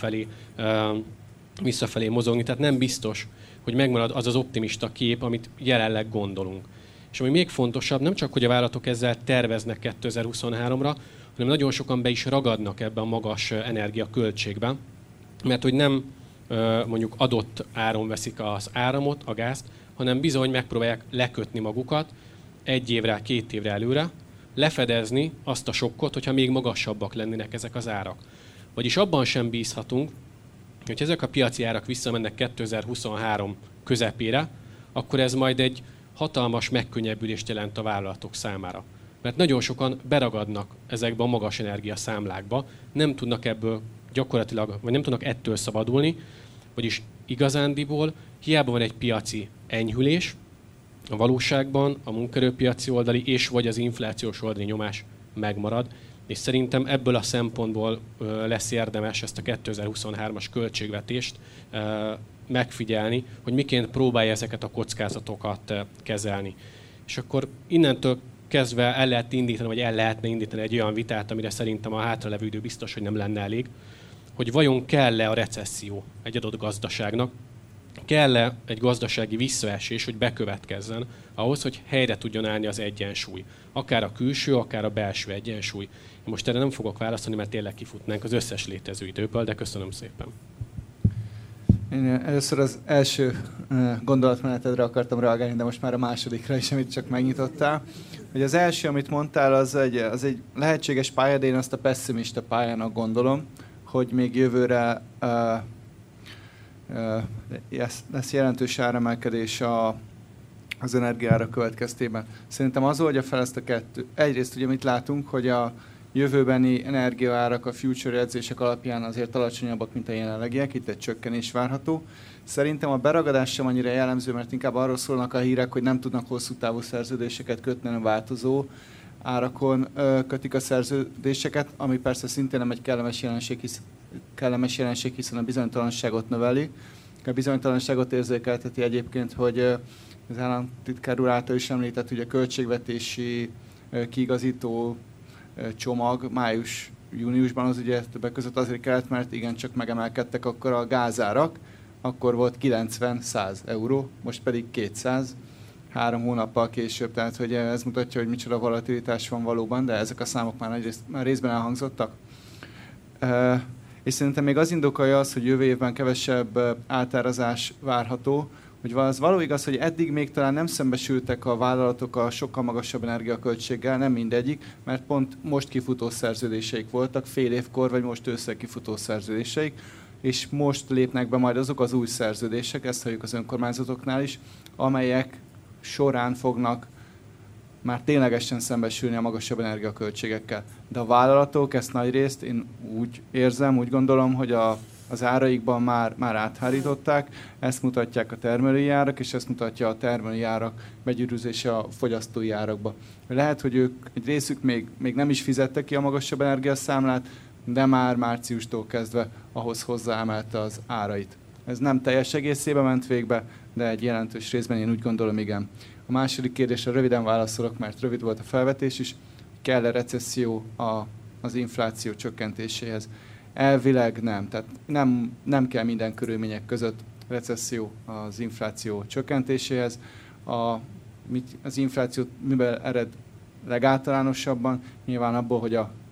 visszafelé mozogni, tehát nem biztos, hogy megmarad az az optimista kép, amit jelenleg gondolunk. És ami még fontosabb, nem csak, hogy a vállalatok ezzel terveznek 2023-ra, hanem nagyon sokan be is ragadnak ebben a magas energiaköltségben, mert hogy nem mondjuk adott áron veszik az áramot, a gázt, hanem bizony megpróbálják lekötni magukat 1 évre, 2 évre előre, lefedezni azt a sokkot, hogyha még magasabbak lennének ezek az árak. Vagyis abban sem bízhatunk, hogy ezek a piaci árak visszamennek 2023 közepére, akkor ez majd egy hatalmas megkönnyebbülést jelent a vállalatok számára. Mert nagyon sokan beragadnak ezekbe a magas energiaszámlákba, nem tudnak ebből gyakorlatilag, vagy nem tudnak ettől szabadulni, vagyis igazándiból hiába van egy piaci enyhülés, a valóságban a munkaerőpiaci oldali és vagy az inflációs oldali nyomás megmarad, és szerintem ebből a szempontból lesz érdemes ezt a 2023-as költségvetést megfigyelni, hogy miként próbálja ezeket a kockázatokat kezelni. És akkor innentől kezdve el lehetne indítani egy olyan vitát, amire szerintem a hátralevő idő biztos, hogy nem lenne elég, hogy vajon kell-e a recesszió egy adott gazdaságnak, kell-e egy gazdasági visszaesés, hogy bekövetkezzen ahhoz, hogy helyre tudjon állni az egyensúly. Akár a külső, akár a belső egyensúly. Én most erre nem fogok válaszolni, mert tényleg kifutnánk az összes létező időből, de köszönöm szépen. Én először az első gondolatmenetedre akartam reagálni, de most már a másodikra is, amit csak megnyitottál. Hogy az első, amit mondtál, az egy lehetséges pálya, de én azt a pessimista pályának gondolom, hogy még jövőre lesz jelentős áremelkedés az energiára következtében. Szerintem az oldja fel ezt a kettő. Egyrészt ugye mit látunk, hogy a jövőbeni energiaárak a future jegyzések alapján azért alacsonyabbak, mint a jelenlegiek, itt egy csökkenés várható. Szerintem a beragadás sem annyira jellemző, mert inkább arról szólnak a hírek, hogy nem tudnak hosszú távú szerződéseket kötni, hanem változó árakon kötik a szerződéseket, ami persze szintén nem egy kellemes jelenség, hiszen a bizonytalanságot növeli. A bizonytalanságot érzékelteti egyébként, hogy az államtitkár úr által is említett, hogy a költségvetési kiigazító csomag május-júniusban az ugye többek között azért kellett, mert igencsak megemelkedtek akkor a gázárak, akkor volt 90-100 euró, most pedig 200, 3 hónappal később, tehát hogy ez mutatja, hogy micsoda volatilitás van valóban, de ezek a számok már részben elhangzottak. És szerintem még az indokolja az, hogy jövő évben kevesebb átárazás várható, hogy az való igaz, hogy eddig még talán nem szembesültek a vállalatok a sokkal magasabb energiaköltséggel, nem mindegyik, mert pont most kifutó szerződéseik voltak, fél évkor vagy most ősszel kifutó szerződéseik, és most lépnek be majd azok az új szerződések, ezt halljuk az önkormányzatoknál is, amelyek során fognak már ténylegesen szembesülni a magasabb energiaköltségekkel. De a vállalatok ezt nagyrészt én úgy érzem, úgy gondolom, hogy az áraikban már áthárították, ezt mutatják a termelői árak, és ezt mutatja a termelői árak begyűrűzése a fogyasztói árakba. Lehet, hogy ők egy részük még nem is fizettek ki a magasabb energiaszámlát, de már márciustól kezdve ahhoz hozzáemelte az árait. Ez nem teljes egészében ment végbe, de egy jelentős részben én úgy gondolom, igen. A második kérdésre röviden válaszolok, mert rövid volt a felvetés is. Kell-e recesszió az infláció csökkentéséhez? Elvileg nem. Tehát nem kell minden körülmények között recesszió az infláció csökkentéséhez. Az infláció mivel ered legáltalánosabban? Nyilván abból, hogy a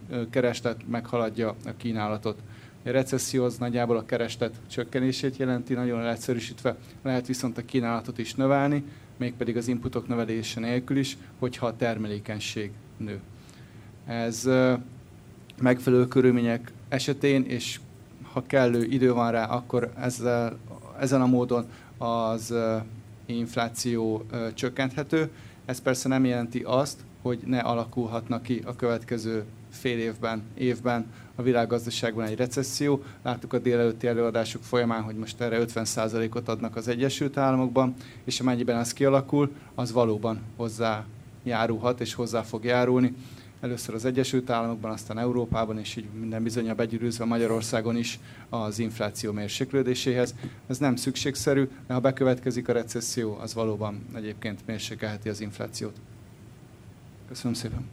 kereslet meghaladja a kínálatot. A recesszió az nagyjából a kereslet csökkenését jelenti, nagyon leegyszerűsítve, lehet viszont a kínálatot is növelni, mégpedig az inputok növelése nélkül is, hogyha a termelékenység nő. Ez megfelelő körülmények esetén, és ha kellő idő van rá, akkor ezen a módon az infláció csökkenthető. Ez persze nem jelenti azt, hogy ne alakulhatna ki a következő fél évben a világgazdaságban egy recesszió. Láttuk a délelőtti előadások folyamán, hogy most erre 50%-ot adnak az Egyesült Államokban, és amennyiben ez kialakul, az valóban hozzájárulhat és hozzá fog járulni. Először az Egyesült Államokban, aztán Európában, és így minden bizonnyal begyűrűzve Magyarországon is az infláció mérséklődéséhez. Ez nem szükségszerű, de ha bekövetkezik a recesszió, az valóban egyébként mérsékelheti az inflációt. Köszönöm szépen!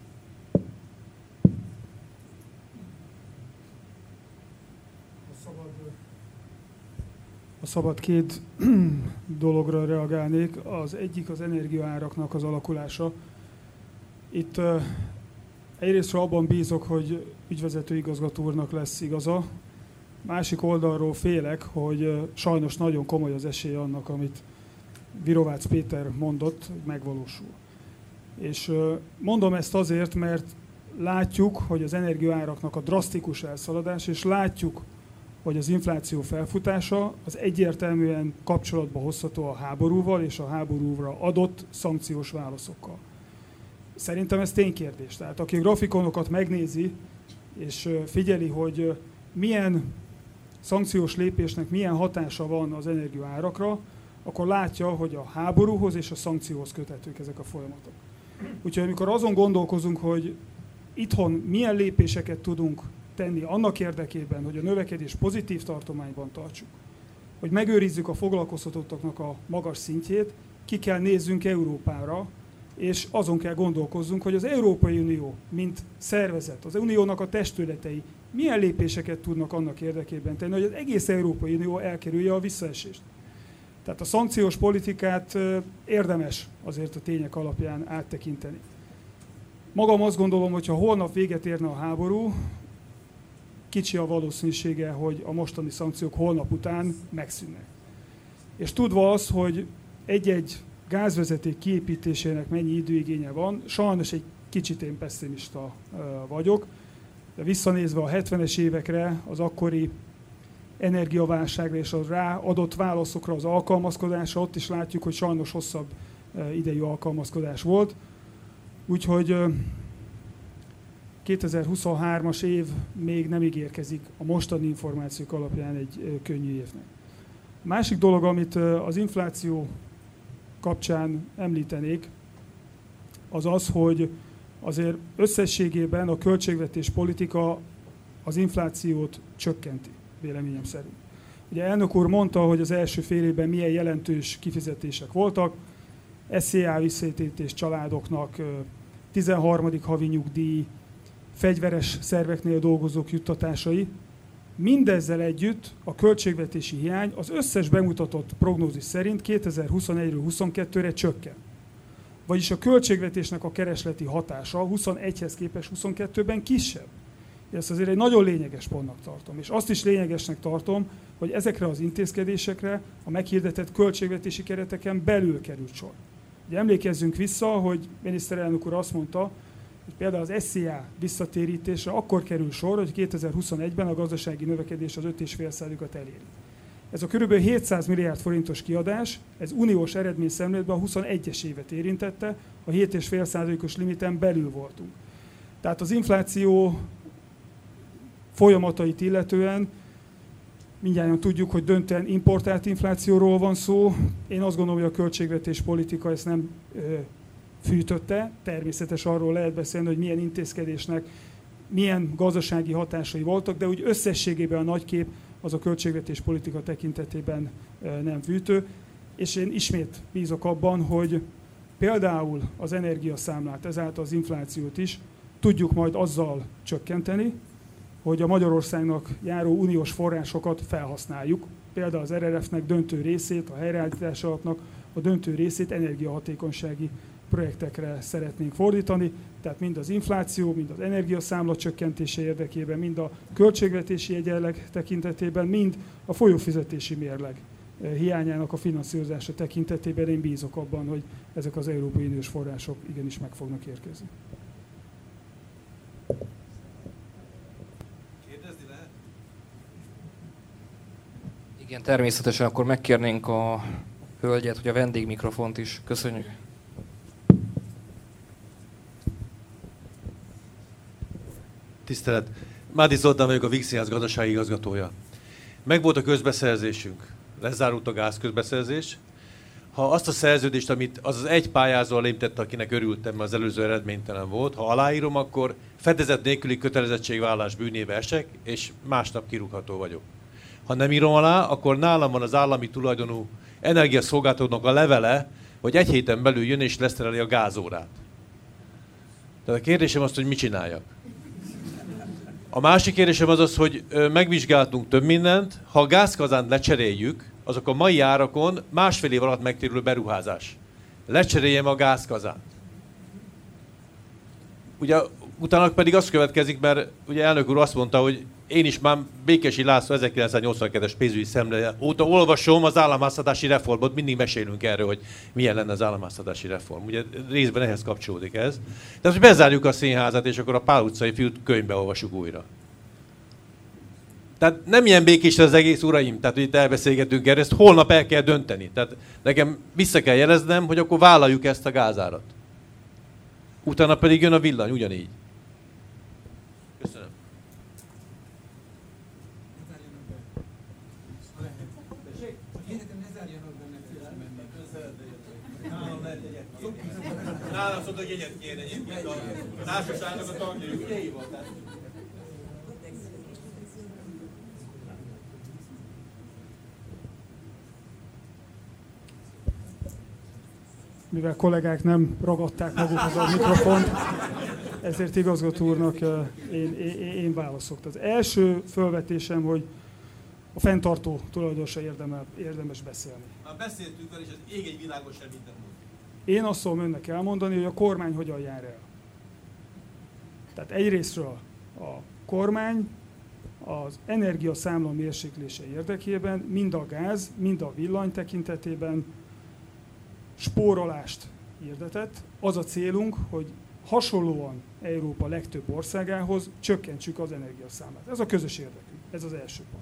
Ha szabad, két dologra reagálnék. Az egyik az energiaáraknak az alakulása. Itt egyrésztről abban bízok, hogy ügyvezető igazgató úrnak lesz igaza. Másik oldalról félek, hogy sajnos nagyon komoly az esély annak, amit Virovácz Péter mondott, hogy megvalósul. És mondom ezt azért, mert látjuk, hogy az energiaáraknak a drasztikus elszaladása, és látjuk, hogy az infláció felfutása az egyértelműen kapcsolatba hozható a háborúval és a háborúra adott szankciós válaszokkal. Szerintem ez ténykérdés. Tehát aki grafikonokat megnézi, és figyeli, hogy milyen szankciós lépésnek milyen hatása van az energiaárakra, akkor látja, hogy a háborúhoz és a szankcióhoz köthetők ezek a folyamatok. Úgyhogy amikor azon gondolkozunk, hogy itthon milyen lépéseket tudunk tenni annak érdekében, hogy a növekedés pozitív tartományban tartsuk, hogy megőrizzük a foglalkoztatottaknak a magas szintjét, ki kell nézzünk Európára, és azon kell gondolkozzunk, hogy az Európai Unió, mint szervezet, az Uniónak a testületei milyen lépéseket tudnak annak érdekében tenni, hogy az egész Európai Unió elkerülje a visszaesést. Tehát a szankciós politikát érdemes azért a tények alapján áttekinteni. Magam azt gondolom, hogy ha holnap véget érne a háború, kicsi a valószínűsége, hogy a mostani szankciók holnap után megszűnnek. És tudva az, hogy egy-egy gázvezeték kiépítésének mennyi időigénye van, sajnos egy kicsit én pessimista vagyok, de visszanézve a 70-es évekre, az akkori energiaválságra és a ráadott válaszokra az alkalmazkodása, ott is látjuk, hogy sajnos hosszabb idejű alkalmazkodás volt. Úgyhogy 2023-as év még nem ígérkezik a mostani információk alapján egy könnyű évnek. A másik dolog, amit az infláció kapcsán említenék, az az, hogy azért összességében a költségvetés politika az inflációt csökkenti, véleményem szerint. Ugye elnök úr mondta, hogy az első fél évben milyen jelentős kifizetések voltak, SZIA visszatérítés családoknak, 13. havi nyugdíj, fegyveres szerveknél dolgozók juttatásai. Mindezzel együtt a költségvetési hiány az összes bemutatott prognózis szerint 2021-ről 22-re csökken. Vagyis a költségvetésnek a keresleti hatása 21-hez képest 22-ben kisebb. Ezt azért egy nagyon lényeges pontnak tartom. És azt is lényegesnek tartom, hogy ezekre az intézkedésekre a meghirdetett költségvetési kereteken belül került sor. Ugye emlékezzünk vissza, hogy miniszterelnök úr azt mondta, hogy például az SZIA visszatérítése akkor kerül sor, hogy 2021-ben a gazdasági növekedés az 5,5%-at eléri. Ez a kb. 700 milliárd forintos kiadás, ez uniós eredményszemléletben a 21-es évet érintette, a 7,5%-os limiten belül voltunk. Tehát az infláció folyamatait illetően mindjárt tudjuk, hogy döntően importált inflációról van szó. Én azt gondolom, hogy a költségvetés politika ezt nem fűtötte. Természetes, arról lehet beszélni, hogy milyen intézkedésnek milyen gazdasági hatásai voltak, de úgy összességében a nagy kép az a költségvetés politika tekintetében nem fűtő. És én ismét bízok abban, hogy például az energiaszámlát, ezáltal az inflációt is tudjuk majd azzal csökkenteni, hogy a Magyarországnak járó uniós forrásokat felhasználjuk. Például az RRF-nek döntő részét, a helyreállítás alapnak a döntő részét energiahatékonysági projektekre szeretnénk fordítani, tehát mind az infláció, mind az energiaszámla csökkentése érdekében, mind a költségvetési egyenleg tekintetében, mind a folyófizetési mérleg hiányának a finanszírozása tekintetében én bízok abban, hogy ezek az Európai Uniós források igenis meg fognak érkezni. Kérdezni lehet? Igen, természetesen akkor megkérnénk a hölgyet, hogy a vendégmikrofont is. Köszönjük. Tisztelet! Mádi Zoltán vagyok, a Víg Színház gazdasági igazgatója. Megvolt a közbeszerzésünk. Lezárult a gázközbeszerzés. Ha azt a szerződést, amit az egy pályázó léptett, akinek örültem, mert az előző eredménytelen volt, ha aláírom, akkor fedezet nélküli kötelezettségvállalás bűnébe esek, és másnap kirúgható vagyok. Ha nem írom alá, akkor nálam van az állami tulajdonú energiaszolgáltatónak a levele, hogy egy héten belül jön és leszereli a gázórát. Tehát a kérdésem az, hogy mit csináljak. A másik kérdésem az, hogy megvizsgáltunk több mindent, ha a gázkazánt lecseréljük, azok a mai árakon másfél év alatt megtérülő beruházás. Lecseréljem a gázkazánt. Ugye utána pedig az következik, mert ugye elnök úr azt mondta, hogy én is már Békési László 1982-es pénzügyi szemle óta olvasom az államháztartási reformot, mindig mesélünk erről, hogy milyen lenne az államháztartási reform. Ugye részben ehhez kapcsolódik ez. Tehát, hogy bezárjuk a színházat, és akkor a Pál utcai fiút könyvbe olvasjuk újra. Tehát nem ilyen békés az egész, uraim, tehát hogy itt elbeszélgetünk erről, ezt holnap el kell dönteni. Tehát nekem vissza kell jeleznem, hogy akkor vállaljuk ezt a gázárat. Utána pedig jön a villany, ugyanígy. Köszönöm. Nálam szoktak jegyet kérni egyébként a társaságnak a tagjai. Mivel kollégák nem ragadták magukhoz a mikrofont, ezért igazgató úrnak én válaszok. Az első felvetésem, hogy a fenntartó tulajdonosra érdemes beszélni. Már beszéltünk vele, és az ég egy világos semmit nem mond. Én azt szólom önnek elmondani, hogy a kormány hogyan jár el. Tehát egyrésztről a kormány az energiaszámla mérséklése érdekében mind a gáz, mind a villany tekintetében spórolást hirdetett. Az a célunk, hogy hasonlóan Európa legtöbb országához csökkentsük az energiaszámlát. Ez a közös érdekünk. Ez az első pont.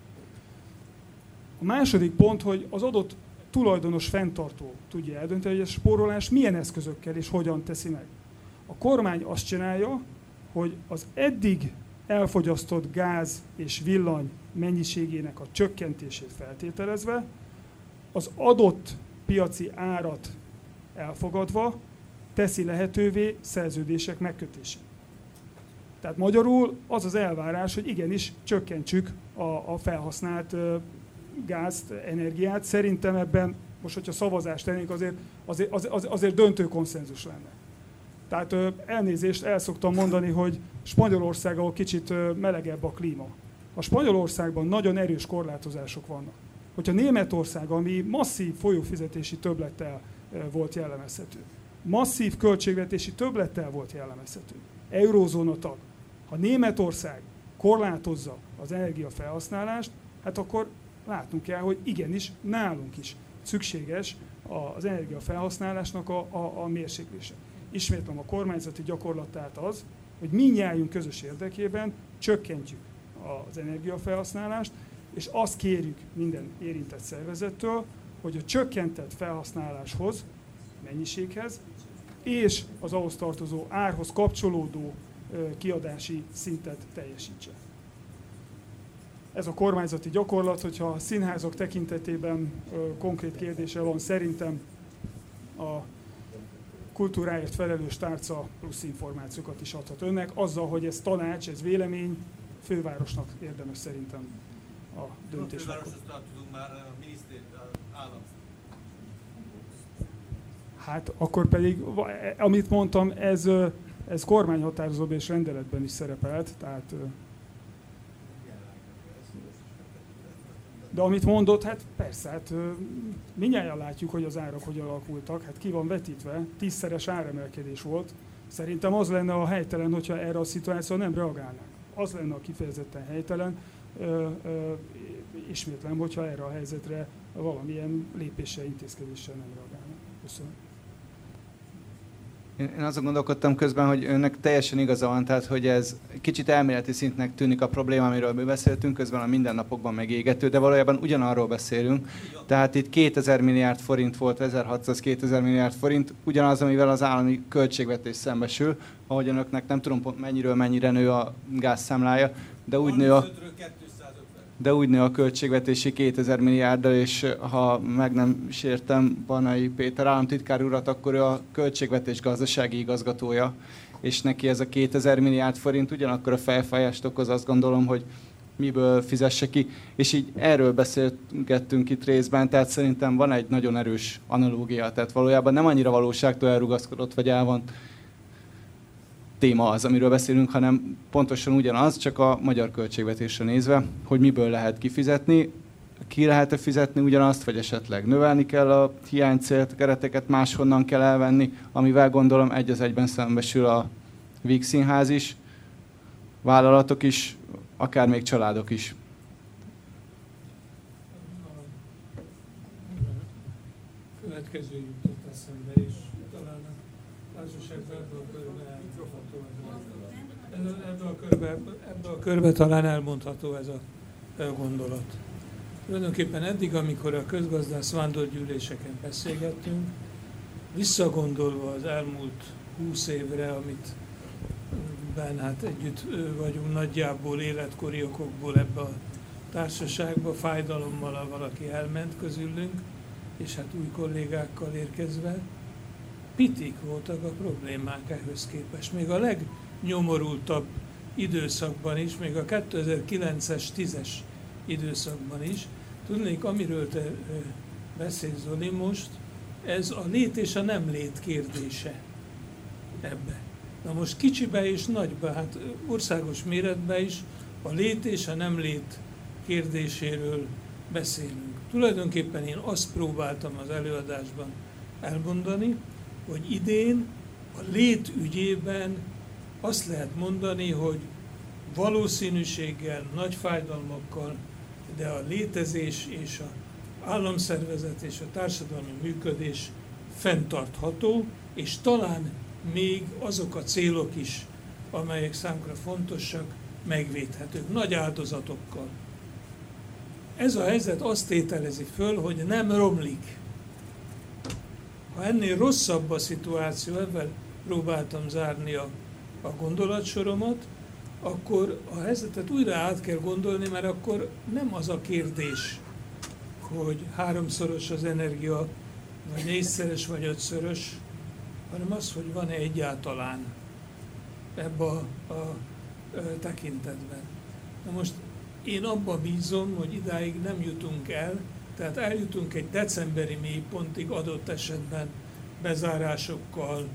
A második pont, hogy az adott tulajdonos fenntartó tudja eldönteni, hogy a spórolást milyen eszközökkel és hogyan teszi meg. A kormány azt csinálja, hogy az eddig elfogyasztott gáz és villany mennyiségének a csökkentését feltételezve, az adott piaci árat elfogadva teszi lehetővé szerződések megkötését. Tehát magyarul az az elvárás, hogy igenis csökkentsük a felhasznált gázt, energiát. Szerintem ebben, most hogyha szavazást tennénk, azért döntő konszenzus lenne. Tehát elnézést, el szoktam mondani, hogy Spanyolország, ahol kicsit melegebb a klíma. A Spanyolországban nagyon erős korlátozások vannak. Hogyha Németország, ami masszív folyófizetési többlettel volt jellemezhető, masszív költségvetési többlettel volt jellemezhető, eurózóna tag, ha Németország korlátozza az energiafelhasználást, hát akkor látnunk kell, hogy igenis nálunk is szükséges az energiafelhasználásnak a mérséklése. Ismétlem, a kormányzati gyakorlatát az, hogy mindnyájunk közös érdekében csökkentjük az energiafelhasználást, és azt kérjük minden érintett szervezettől, hogy a csökkentett felhasználáshoz, mennyiséghez, és az ahhoz tartozó árhoz kapcsolódó kiadási szintet teljesítse. Ez a kormányzati gyakorlat, hogyha a színházak tekintetében konkrét kérdése van, szerintem a kultúráért felelős tárca plusz információkat is adhat önnek, azzal, hogy ez tanács, ez vélemény, fővárosnak érdemes szerintem a döntés. A fővároshoz tartozunk már a miniszter, állam. Hát akkor pedig, amit mondtam, ez kormányhatározóban és rendeletben is szerepelt, tehát De amit mondott, hát persze, hát mindjárt látjuk, hogy az árak hogy alakultak, hát ki van vetítve, 10-szeres áremelkedés volt. Szerintem az lenne a helytelen, hogyha erre a szituációra nem reagálnánk. Az lenne a kifejezetten helytelen, ismétlem, hogyha erre a helyzetre valamilyen lépéssel, intézkedéssel nem reagálnánk. Köszönöm. Én azon gondolkodtam közben, hogy önnek teljesen igaza van, tehát hogy ez kicsit elméleti szintnek tűnik a probléma, amiről mi beszéltünk, közben a mindennapokban megégető, de valójában ugyanarról beszélünk. Tehát itt 2000 milliárd forint volt, 1600-2000 milliárd forint, ugyanaz, amivel az állami költségvetés szembesül, ahogy önöknek nem tudom pont mennyiről mennyire nő a gázszámlája, de úgy nő a költségvetési 2000 milliárddal, és ha meg nem sértem Banai Péter államtitkár urat, akkor ő a költségvetés gazdasági igazgatója, és neki ez a 2000 milliárd forint ugyanakkor a fejfájást okoz, azt gondolom, hogy miből fizesse ki. És így erről beszélgettünk itt részben, tehát szerintem van egy nagyon erős analógia, tehát valójában nem annyira valóságtól elrugaszkodott vagy elvont téma az, amiről beszélünk, hanem pontosan ugyanaz, csak a magyar költségvetésre nézve, hogy miből lehet kifizetni, ki lehet-e fizetni ugyanazt, vagy esetleg növelni kell a hiánycélt, kereteket máshonnan kell elvenni, amivel gondolom egy az egyben szembesül a Víg Színház is, vállalatok is, akár még családok is. Következő jutott eszembe is, talán a társaságban ebben a körbe talán elmondható ez a gondolat. Tulajdonképpen eddig, amikor a közgazdász vándorgyűléseken beszélgettünk, visszagondolva az elmúlt 20 évre, amit hát együtt vagyunk nagyjából életkori okokból ebbe a társaságba, fájdalommal, ha valaki elment közülünk, és hát új kollégákkal érkezve, pitik voltak a problémák ehhez képest. Még a legnyomorultabb időszakban is, még a 2009-es, 10-es időszakban is. Tudnék, amiről te beszélsz, Zoli, most, ez a lét és a nem lét kérdése ebbe. Na most kicsibe és nagyba, hát országos méretben is a lét és a nem lét kérdéséről beszélünk. Tulajdonképpen én azt próbáltam az előadásban elmondani, hogy idén a lét ügyében azt lehet mondani, hogy valószínűséggel, nagy fájdalmakkal, de a létezés és az államszervezet és a társadalmi működés fenntartható, és talán még azok a célok is, amelyek számunkra fontosak, megvédhetők, nagy áldozatokkal. Ez a helyzet azt tételezi föl, hogy nem romlik. Ha ennél rosszabb a szituáció, ebben próbáltam zárni a gondolatsoromat, akkor a helyzetet újra át kell gondolni, mert akkor nem az a kérdés, hogy 3-szoros az energia, vagy 4-szeres, vagy 5-szörös, hanem az, hogy van-e egyáltalán ebben a tekintetben. Na most én abban bízom, hogy idáig nem jutunk el, tehát eljutunk egy decemberi mélypontig adott esetben bezárásokkal,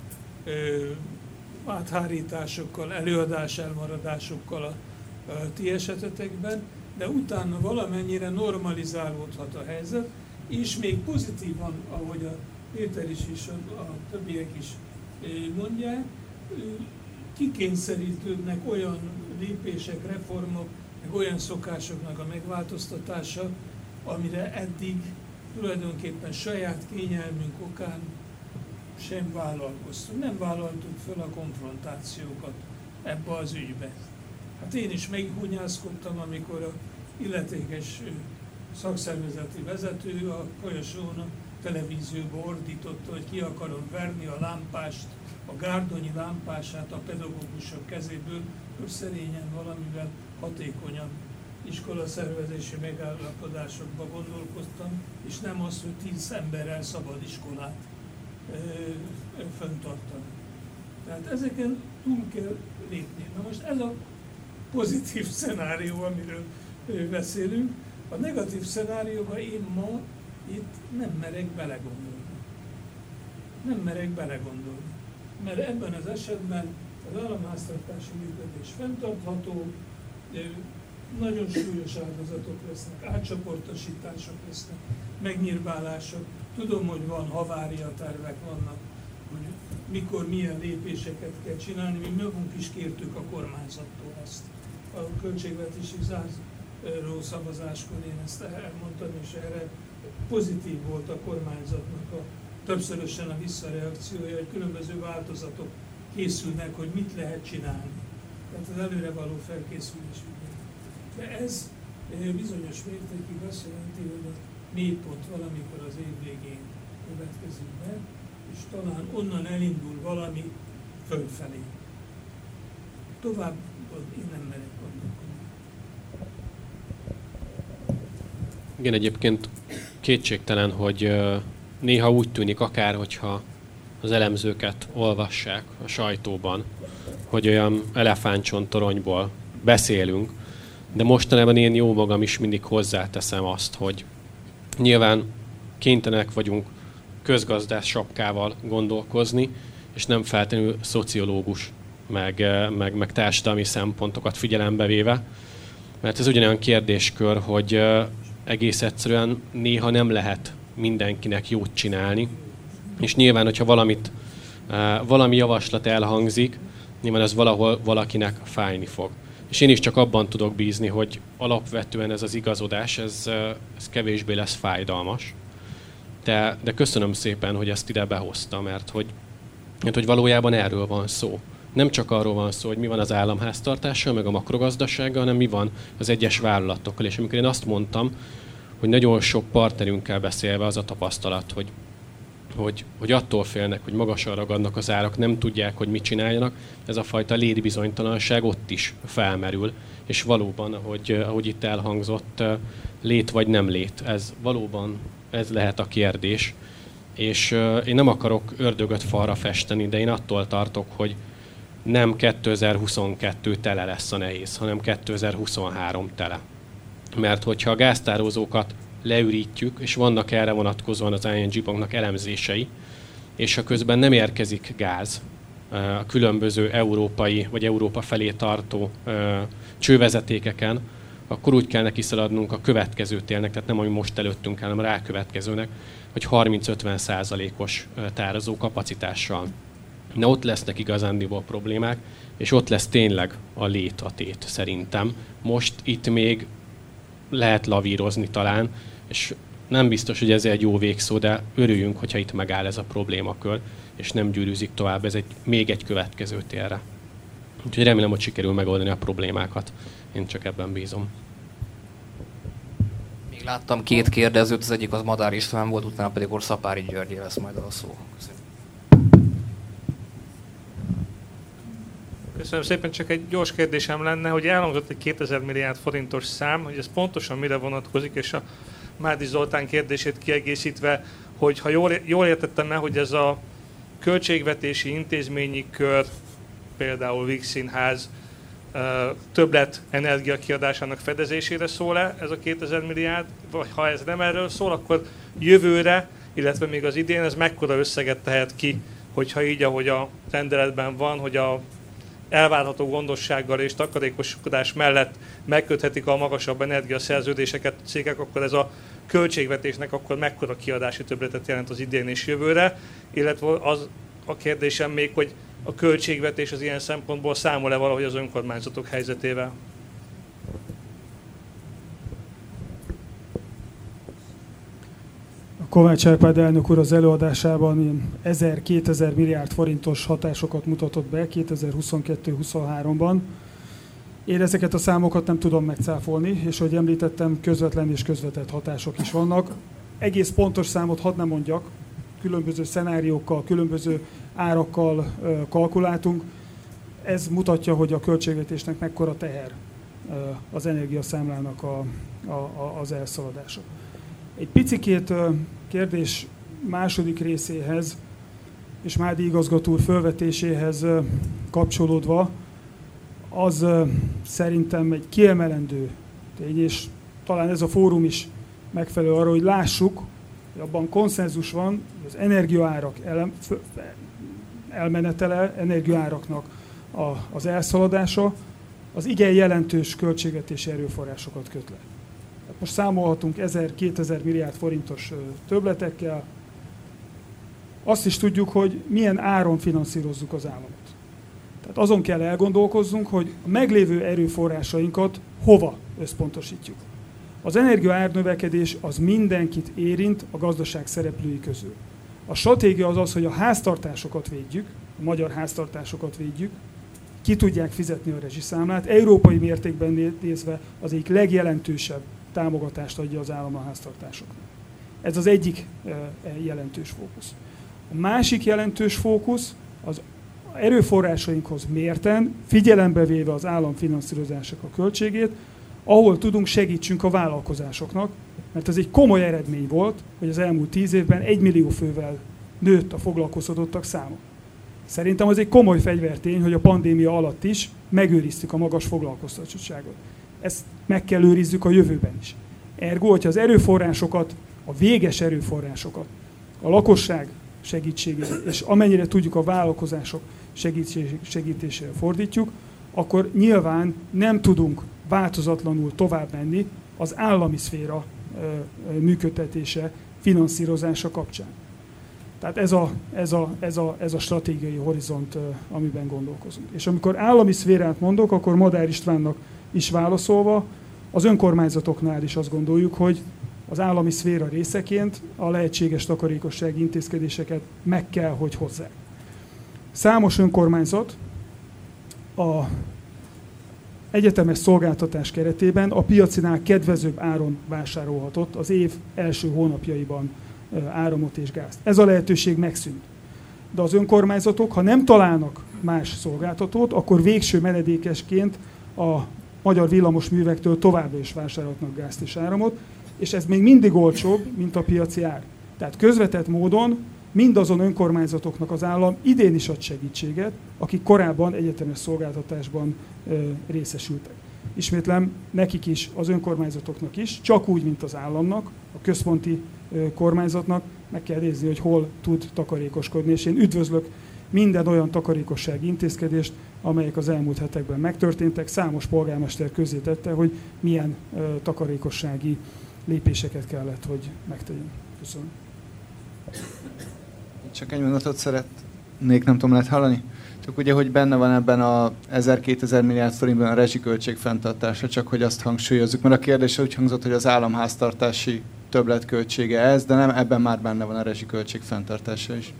áthárításokkal, előadás elmaradásokkal a ti esetetekben, de utána valamennyire normalizálódhat a helyzet, és még pozitívan, ahogy a Péter is és a többiek is mondják, kikényszerítődnek olyan lépések, reformok, meg olyan szokásoknak a megváltoztatása, amire eddig tulajdonképpen saját kényelmünk okán sem vállalkoztunk. Nem vállaltuk fel a konfrontációkat ebbe az ügybe. Hát én is meghunyászkodtam, amikor a illetékes szakszervezeti vezető a Kajasón a televízióba ordította, hogy ki akarom verni a lámpást, a Gárdonyi lámpását a pedagógusok kezéből, hogy szerényen valamivel hatékonyabb iskolaszervezési megállapodásokba gondolkoztam, és nem az, hogy 10 emberrel szabad iskolát fenntartani. Tehát ezeken túl kell lépni. Na most ez a pozitív szenárió, amiről beszélünk. A negatív szenárióban én ma itt nem merek belegondolni. Nem merek belegondolni. Mert ebben az esetben az államháztartási működés fenntartható, nagyon súlyos áldozatok lesznek, átcsoportosítások lesznek, megnyírbálások. Tudom, hogy van haváriatervek vannak, hogy mikor milyen lépéseket kell csinálni. Mi magunk is kértük a kormányzattól ezt. A költségvetési záró szavazáskor én ezt elmondtam, és erre pozitív volt a kormányzatnak többszörösen a visszareakciója, hogy különböző változatok készülnek, hogy mit lehet csinálni. Tehát az előre való felkészülés. De ez bizonyos mértékig azt jelenti, hogy a mélypont valamikor az év végén következik be, és talán onnan elindul valami fölfelé. Tovább én nem merek gondolkodni. Igen, egyébként kétségtelen, hogy néha úgy tűnik akár, hogyha az elemzőket olvassák a sajtóban, hogy olyan elefántcsontoronyból beszélünk, de mostanában én jó magam is mindig hozzáteszem azt, hogy nyilván kénytelenek vagyunk közgazdász sapkával gondolkozni, és nem feltétlenül szociológus, meg társadalmi szempontokat figyelembe véve, mert ez ugyanolyan kérdéskör, hogy egész egyszerűen néha nem lehet mindenkinek jót csinálni, és nyilván, hogyha valami javaslat elhangzik, nyilván ez valahol valakinek fájni fog. És én is csak abban tudok bízni, hogy alapvetően ez az igazodás, ez kevésbé lesz fájdalmas. De köszönöm szépen, hogy ezt ide behozta, mert hogy valójában erről van szó. Nem csak arról van szó, hogy mi van az államháztartással, meg a makrogazdasággal, hanem mi van az egyes vállalatokkal. És amikor én azt mondtam, hogy nagyon sok partnerünkkel beszélve az a tapasztalat, hogy attól félnek, hogy magasan ragadnak az árak, nem tudják, hogy mit csináljanak, ez a fajta létbizonytalanság ott is felmerül. És valóban, ahogy itt elhangzott, lét vagy nem lét, ez lehet a kérdés. És én nem akarok ördögöt falra festeni, de én attól tartok, hogy nem 2022 tele lesz a nehéz, hanem 2023 tele. Mert hogyha a gáztározókat leürítjük, és vannak erre vonatkozóan az ING Banknak elemzései, és ha közben nem érkezik gáz a különböző európai vagy Európa felé tartó csővezetékeken, akkor úgy kell neki szaladnunk a következő télnek, tehát nem ami most előttünk, hanem a rákövetkezőnek, hogy 30-50%-os tározó kapacitással. Na ott lesznek igazándiból problémák, és ott lesz tényleg a lét, a tét szerintem. Most itt még lehet lavírozni talán, és nem biztos, hogy ez egy jó végszó, de örüljünk, hogyha itt megáll ez a problémakör, és nem gyűrűzik tovább, ez még egy következő térre. Úgyhogy remélem, hogy sikerül megoldani a problémákat. Én csak ebben bízom. Még láttam két kérdezőt, az egyik az Madár István volt, utána pedig Szapári Györgyé lesz majd a szó. Köszönöm. Köszönöm szépen, csak egy gyors kérdésem lenne, hogy elhangzott egy 2000 milliárd forintos szám, hogy ez pontosan mire vonatkozik, és a Mádi Zoltán kérdését kiegészítve, hogy ha jól értettem el, hogy ez a költségvetési intézményi kör, például Víg Színház többlet energiakiadásának fedezésére szól-e ez a 2000 milliárd, vagy ha ez nem erről szól, akkor jövőre, illetve még az idén ez mekkora összeget tehet ki, hogyha így, ahogy a rendeletben van, hogy a elvárható gondossággal és takarékoskodás mellett megköthetik a magasabb energiaszerződéseket a cégek, akkor ez a költségvetésnek akkor mekkora kiadási többletet jelent az idén és jövőre, illetve az a kérdésem még, hogy a költségvetés az ilyen szempontból számol-e valahogy az önkormányzatok helyzetével? Kovács Árpád elnök úr az előadásában 1000-2000 milliárd forintos hatásokat mutatott be 2022-23-ban. Én ezeket a számokat nem tudom megcáfolni, és ahogy említettem, közvetlen és közvetett hatások is vannak. Egész pontos számot hadd ne mondjak, különböző szenáriókkal, különböző árakkal kalkuláltunk. Ez mutatja, hogy a költségvetésnek mekkora teher az energiaszámlának az elszaladása. Egy picikét kérdés második részéhez és Mádi igazgató úr felvetéséhez kapcsolódva, az szerintem egy kiemelendő tény, és talán ez a fórum is megfelelő arra, hogy lássuk, hogy abban konszenzus van, hogy az energiaárak elmenetele, energiaáraknak az elszaladása, az igen jelentős költségvetési erőforrásokat köt le. Most számolhatunk 1000-2000 milliárd forintos többletekkel. Azt is tudjuk, hogy milyen áron finanszírozzuk az államot. Tehát azon kell elgondolkozzunk, hogy a meglévő erőforrásainkat hova összpontosítjuk. Az energia árnövekedés az mindenkit érint a gazdaság szereplői közül. A stratégia az az, hogy a háztartásokat védjük, a magyar háztartásokat védjük, ki tudják fizetni a rezsiszámlát. Európai mértékben nézve az egyik legjelentősebb támogatást adja az állam a háztartásoknak. Ez az egyik jelentős fókusz. A másik jelentős fókusz az erőforrásainkhoz mérten, figyelembe véve az állam finanszírozásának a költségét, ahol tudunk, segítsünk a vállalkozásoknak, mert ez egy komoly eredmény volt, hogy az elmúlt 10 évben 1 millió fővel nőtt a foglalkoztatottak száma. Szerintem az egy komoly fegyvertény, hogy a pandémia alatt is megőriztük a magas foglalkoztatottságot. Ezt meg kell őrizzük a jövőben is. Ergo, hogyha az erőforrásokat, a véges erőforrásokat, a lakosság segítségére, és amennyire tudjuk a vállalkozások segítésére fordítjuk, akkor nyilván nem tudunk változatlanul tovább menni az állami szféra működtetése, finanszírozása kapcsán. Tehát ez a stratégiai horizont, amiben gondolkozunk. És amikor állami szférát mondok, akkor Madár Istvánnak is válaszolva, az önkormányzatoknál is azt gondoljuk, hogy az állami szféra részeként a lehetséges takarékossági intézkedéseket meg kell, hogy hozzák. Számos önkormányzat a egyetemes szolgáltatás keretében a piacinál kedvezőbb áron vásárolhatott az év első hónapjaiban áramot és gázt. Ez a lehetőség megszűnt. De az önkormányzatok, ha nem találnak más szolgáltatót, akkor végső menedékesként a magyar villamosművektől továbbra is vásárolhatnak gázt és áramot, és ez még mindig olcsóbb, mint a piaci ár. Tehát közvetett módon mindazon önkormányzatoknak az állam idén is ad segítséget, akik korábban egyetemes szolgáltatásban részesültek. Ismétlem, nekik is, az önkormányzatoknak is, csak úgy, mint az államnak, a központi kormányzatnak meg kell nézni, hogy hol tud takarékoskodni, és én üdvözlök minden olyan takarékossági intézkedést, amelyek az elmúlt hetekben megtörténtek. Számos polgármester közé tette, hogy milyen takarékossági lépéseket kellett, hogy megtegyen. Köszönöm. Csak egy mondatot szeretnék, nem tudom, lehet hallani? Csak ugye, hogy benne van ebben a 1000-2000 milliárd forintban a rezsiköltség fenntartása, csak hogy azt hangsúlyozzuk, mert a kérdés úgy hangzott, hogy az államháztartási többletköltsége ez, de nem, ebben már benne van a rezsiköltség fenntartása is.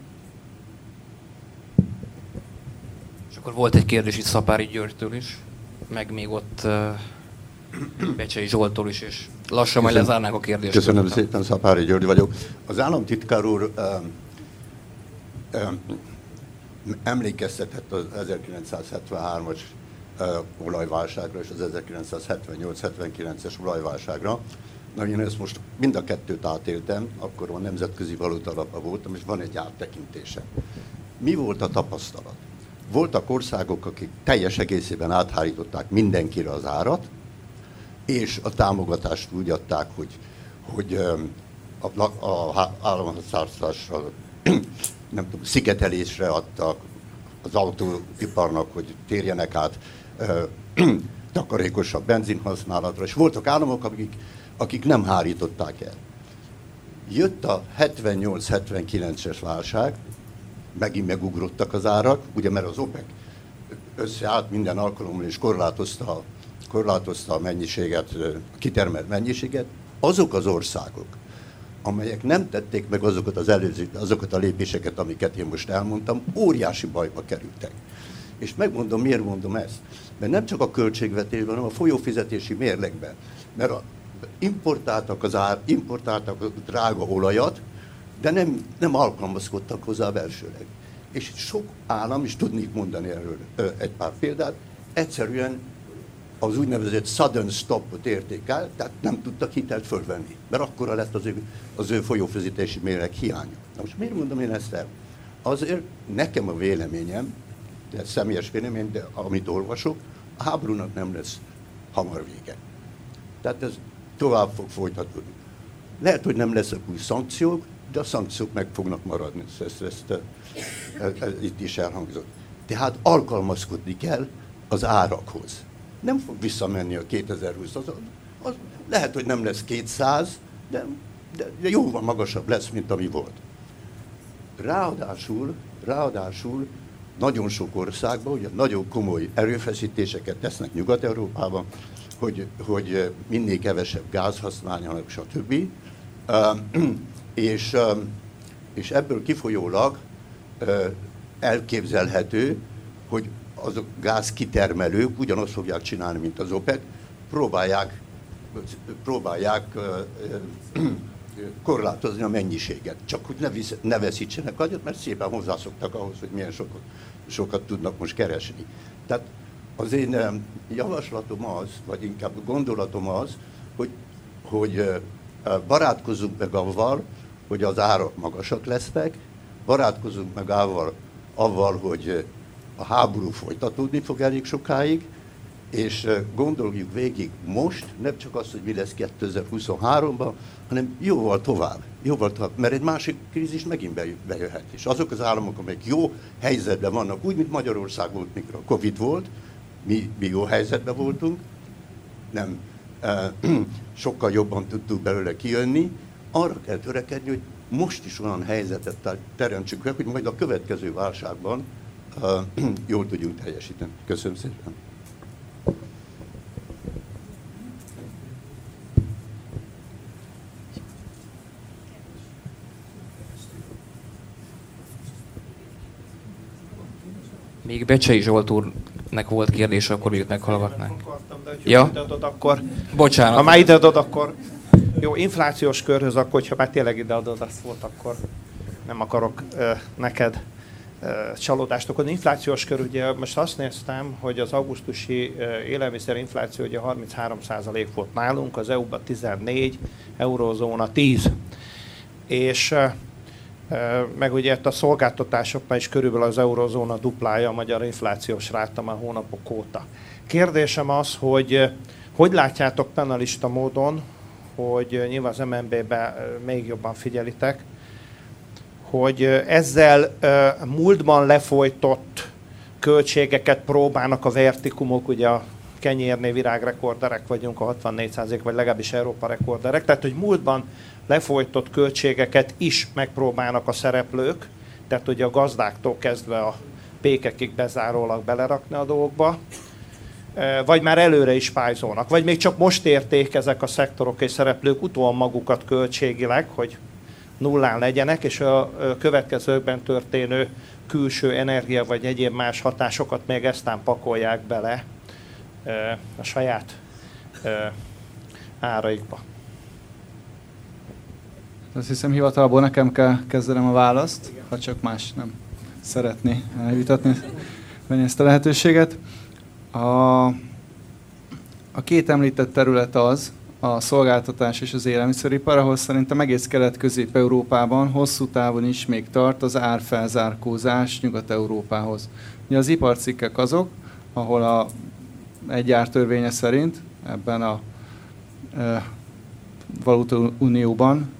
És akkor volt egy kérdés itt Szapáry Györgytől is, meg még ott Becsei Zsoltól is, és lassan majd lezárnánk a kérdést. Köszönöm szépen, Szapáry György vagyok. Az államtitkár úr emlékeztetett az 1973-as olajválságra és az 1978-79-es olajválságra. Na, én ezt most mind a kettőt átéltem, akkor a Nemzetközi Valutaalapban voltam, és van egy áttekintésem. Mi volt a tapasztalat? Voltak országok, akik teljes egészében áthárították mindenkire az árat, és a támogatást úgy adták, hogy a államháztartással nem tudom, szigetelésre adtak az autóiparnak, hogy térjenek át takarékosabb benzinhasználatra, és voltak államok, akik nem hárították el. Jött a 78-79-es válság, megint megugrottak az árak, ugye mert az OPEC összeállt minden alkalommal és korlátozta a mennyiséget, a kitermelt mennyiséget. Azok az országok, amelyek nem tették meg azokat a lépéseket, amiket én most elmondtam, óriási bajba kerültek. És megmondom, miért mondom ezt. Mert nem csak a költségvetésben, hanem a folyófizetési mérlegben. Mert importáltak a drága olajat, de nem alkalmazkodtak hozzá belsőleg. És sok állam, is tudnék mondani erről egy pár példát, egyszerűen az úgynevezett sudden stopot érték el, tehát nem tudtak hitelt fölvenni, mert akkora lett az ő folyófizetési mérleg hiánya. Na most miért mondom én ezt el? Azért nekem a véleményem, de személyes vélemény, de amit olvasok, a háborúnak nem lesz hamar vége. Tehát ez tovább fog folytatódni. Lehet, hogy nem lesznek új szankciók, de a szankciók meg fognak maradni. Ezt itt is elhangzott. Tehát alkalmazkodni kell az árakhoz. Nem fog visszamenni a 2020. Az lehet, hogy nem lesz 200, de jóval magasabb lesz, mint ami volt. Ráadásul nagyon sok országban, ugye nagyon komoly erőfeszítéseket tesznek Nyugat-Európában, hogy minél kevesebb gáz használjanak, stb. És ebből kifolyólag elképzelhető, hogy azok gázkitermelők ugyanazt fogják csinálni, mint az OPEC, próbálják korlátozni a mennyiséget, csak hogy ne veszítsenek annyit, mert szépen hozzászoktak ahhoz, hogy milyen sokat tudnak most keresni. Tehát az én javaslatom az, vagy inkább gondolatom az, hogy barátkozzunk meg avval, hogy az árak magasak lesznek, barátkozzunk meg avval, hogy a háború folytatódni fog elég sokáig, és gondoljuk végig most, nem csak azt, hogy mi lesz 2023-ban, hanem jóval tovább, mert egy másik krízis megint bejöhet. És azok az államok, amelyek jó helyzetben vannak, úgy, mint Magyarország volt, mikor a Covid volt, mi jó helyzetben voltunk, nem sokkal jobban tudtuk belőle kijönni, arra kell törekedni, hogy most is olyan helyzetet teremtsük meg, hogy majd a következő válságban jól tudjunk teljesíteni. Köszönöm szépen! Még Becsei Zsolt úrnak volt kérdése, akkor őt meghallgatnánk. Ja? Akkor, bocsánat. Ha már ide adod, akkor jó, inflációs körhöz, akkor, hogyha már tényleg ide adod azt volt, akkor nem akarok neked csalódást okozni. Inflációs kör, ugye most azt néztem, hogy az augusztusi élelmiszerinfláció ugye 33% volt nálunk, az EU-ban 14, eurózóna 10. És meg ugye a szolgáltatásokban is körülbelül az eurózóna duplája a magyar inflációs ráta már hónapok óta. Kérdésem az, hogy látjátok penalista módon, hogy nyilván az MNB-ben még jobban figyelitek, hogy ezzel múltban lefolytott költségeket próbálnak a vertikumok, ugye a kenyérnél virágrekorderek vagyunk, a 64%, vagy legalábbis Európa rekorderek, tehát hogy múltban lefolytott költségeket is megpróbálnak a szereplők, tehát ugye a gazdáktól kezdve a pékekig bezárólag belerakni a dolgokba, vagy már előre is pályzolnak, vagy még csak most érték ezek a szektorok és szereplők utol magukat költségileg, hogy nullán legyenek, és a következőkben történő külső energia vagy egyéb más hatásokat még eztán pakolják bele a saját áraikba. Azt hiszem, hivatalból nekem kell kezdenem a választ, ha csak más nem szeretné eljutatni ezt a lehetőséget. A két említett terület az, a szolgáltatás és az élelmiszeripar, ahol szerintem egész Kelet-Közép-Európában hosszú távon is még tart az árfelzárkózás Nyugat-Európához. Ugye az iparcikkek azok, ahol egy ártörvénye szerint ebben a valutaunióban,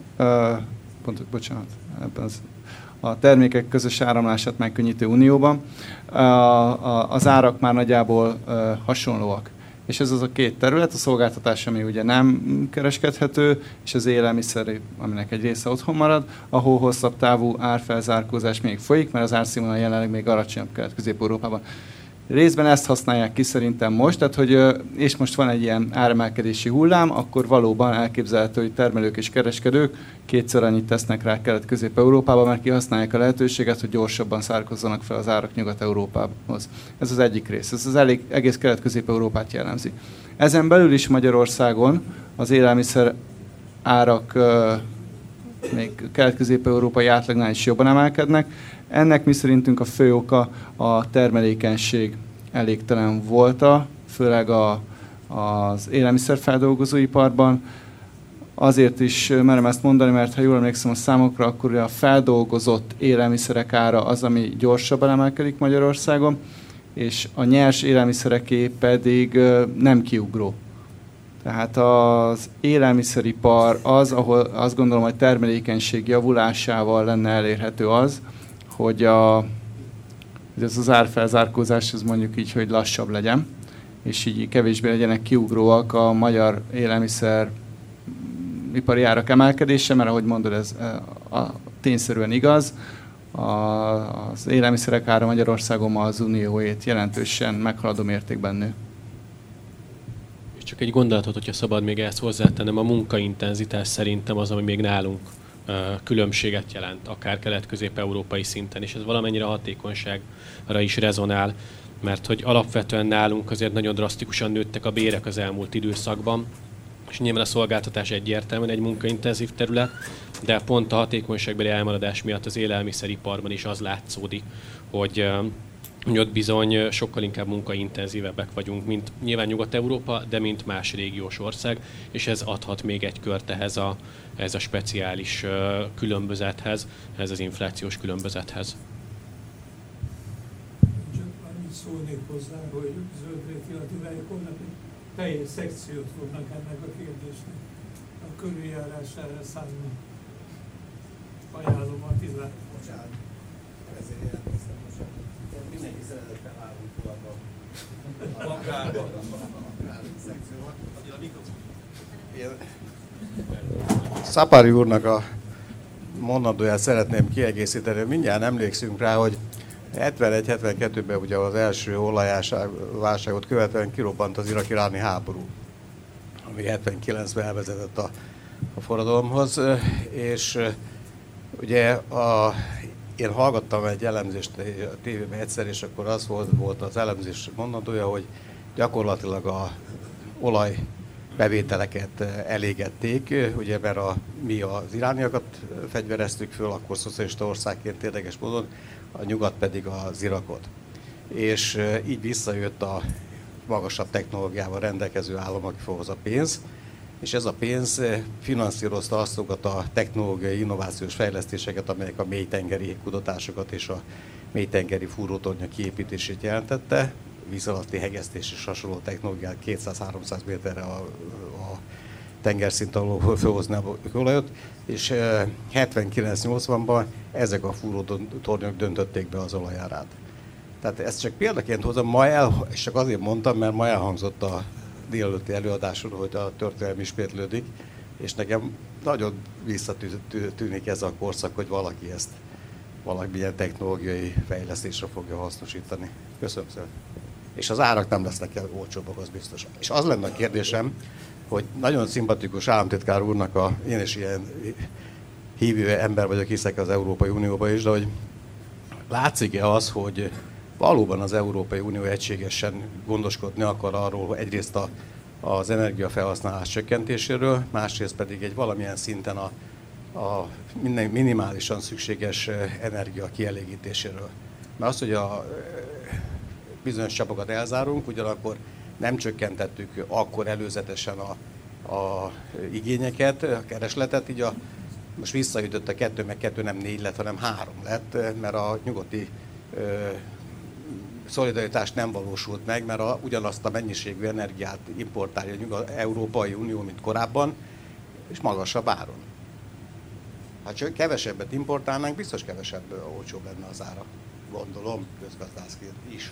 ebben a termékek közös áramlását megkönnyítő unióban az árak már nagyjából hasonlóak. És ez az a két terület, a szolgáltatás, ami ugye nem kereskedhető, és az élelmiszer, aminek egy része otthon marad, ahol hosszabb távú árfelzárkózás még folyik, mert az árszínvonal jelenleg még alacsonyabb Kelet-Közép-Európában. Részben ezt használják ki szerintem most, tehát hogy, és most van egy ilyen áremelkedési hullám, akkor valóban elképzelhető, hogy termelők és kereskedők kétszer annyit tesznek rá Kelet-Közép-Európában, mert kihasználják a lehetőséget, hogy gyorsabban szárkozzanak fel az árak Nyugat-Európához. Ez az egyik rész, ez az egész Kelet-Közép-Európát jellemzi. Ezen belül is Magyarországon az élelmiszer árak még Kelet-Közép-európai átlagnál is jobban emelkednek. Ennek mi szerintünk a fő oka a termelékenység elégtelen volta, főleg az élelmiszerfeldolgozóiparban. Azért is merem ezt mondani, mert ha jól emlékszem a számokra, akkor a feldolgozott élelmiszerek ára az, ami gyorsabban emelkedik Magyarországon, és a nyers élelmiszereké pedig nem kiugró. Tehát az élelmiszeripar az, ahol azt gondolom, hogy termelékenység javulásával lenne elérhető az, hogy hogy ez az árfelzárkózás, ez mondjuk így, hogy lassabb legyen, és így kevésbé legyenek kiugróak a magyar élelmiszer ipari árak emelkedése, mert ahogy mondod, ez tényszerűen igaz. Az élelmiszerek ára Magyarországon az unióét jelentősen meghaladó mértékben nő. És csak egy gondolatot, hogyha szabad még ezt hozzátennem, a munkaintenzitás szerintem az, ami még nálunk különbséget jelent, akár kelet-közép-európai szinten, és ez valamennyire hatékonyságra is rezonál, mert hogy alapvetően nálunk azért nagyon drasztikusan nőttek a bérek az elmúlt időszakban, és nyilván a szolgáltatás egyértelműen egy munkaintenzív terület, de pont a hatékonyságbeli elmaradás miatt az élelmiszeriparban is az látszódik, hogy ott bizony sokkal inkább munkaintenzívebbek vagyunk, mint nyilván Nyugat-Európa, de mint más régiós ország, és ez adhat még egy kört ehhez a speciális különbözethez, ehhez az inflációs különbözethez. Csak annyit szólnék hozzá, hogy Zöldréti Attiláék holnap egy teljes szekciót fognak ennek a kérdésnek a körüljárására szánni. Ajánlom Attilát. Bocsánat, ezért jelentkeztem most. Mindenki szeretettel állunk tudatban. A bankárban, a szekcióban. Attila, mikrofon. Szapári úrnak a mondandóját szeretném kiegészíteni. Mindjárt emlékszünk rá, hogy 71-72-ben ugye az első olajválságot követően kirobbant az iraki-iráni háború, ami 79-ben elvezetett a forradalomhoz, és ugye én hallgattam egy elemzést a tévében egyszer, és akkor az volt az elemzés mondandója, hogy gyakorlatilag a olajbevételeket elégették, ugye mert mi az irániakat fegyvereztük föl, akkor szocialista országként érdekes módon, a nyugat pedig az Irakot. És így visszajött a magasabb technológiával rendelkező államokhoz a pénz, és ez a pénz finanszírozta azokat a technológiai innovációs fejlesztéseket, amelyek a mélytengeri kutatásokat és a mélytengeri fúrótornya kiépítését jelentette, víz alatti hegesztés és hasonló technológiát 200-300 méterre a tengerszint alól felhozni a olajat, és 79-80-ban ezek a fúrótornyok döntötték be az olajárát. Tehát ezt csak példaként hozom, és csak azért mondtam, mert ma elhangzott a délelőtti előadáson, hogy a történelem ismétlődik, és nekem nagyon visszatűnik ez a korszak, hogy valaki ezt valamilyen technológiai fejlesztésre fogja hasznosítani. Köszönöm szépen. És az árak nem lesznek el olcsóbbak, az biztos. És az lenne a kérdésem, hogy nagyon szimpatikus államtitkár úrnak, én is ilyen hívő ember vagyok, hiszek az Európai Unióba is, de hogy látszik-e az, hogy valóban az Európai Unió egységesen gondoskodni akar arról, hogy egyrészt az energiafelhasználás csökkentéséről, másrészt pedig egy valamilyen szinten a minimálisan szükséges energia kielégítéséről. Mert az, hogy a bizonyos csapokat elzárunk, ugyanakkor nem csökkentettük akkor előzetesen a igényeket, a keresletet, így most visszajutott a 2, meg 2 nem 4 lett, hanem 3 lett, mert a nyugati szolidaritás nem valósult meg, mert ugyanazt a mennyiségű energiát importálja az Európai Unió, mint korábban, és magasabb áron. Ha csak kevesebbet importálnánk, biztos kevesebb olcsóbb lenne az ára, gondolom, közgazdászként is.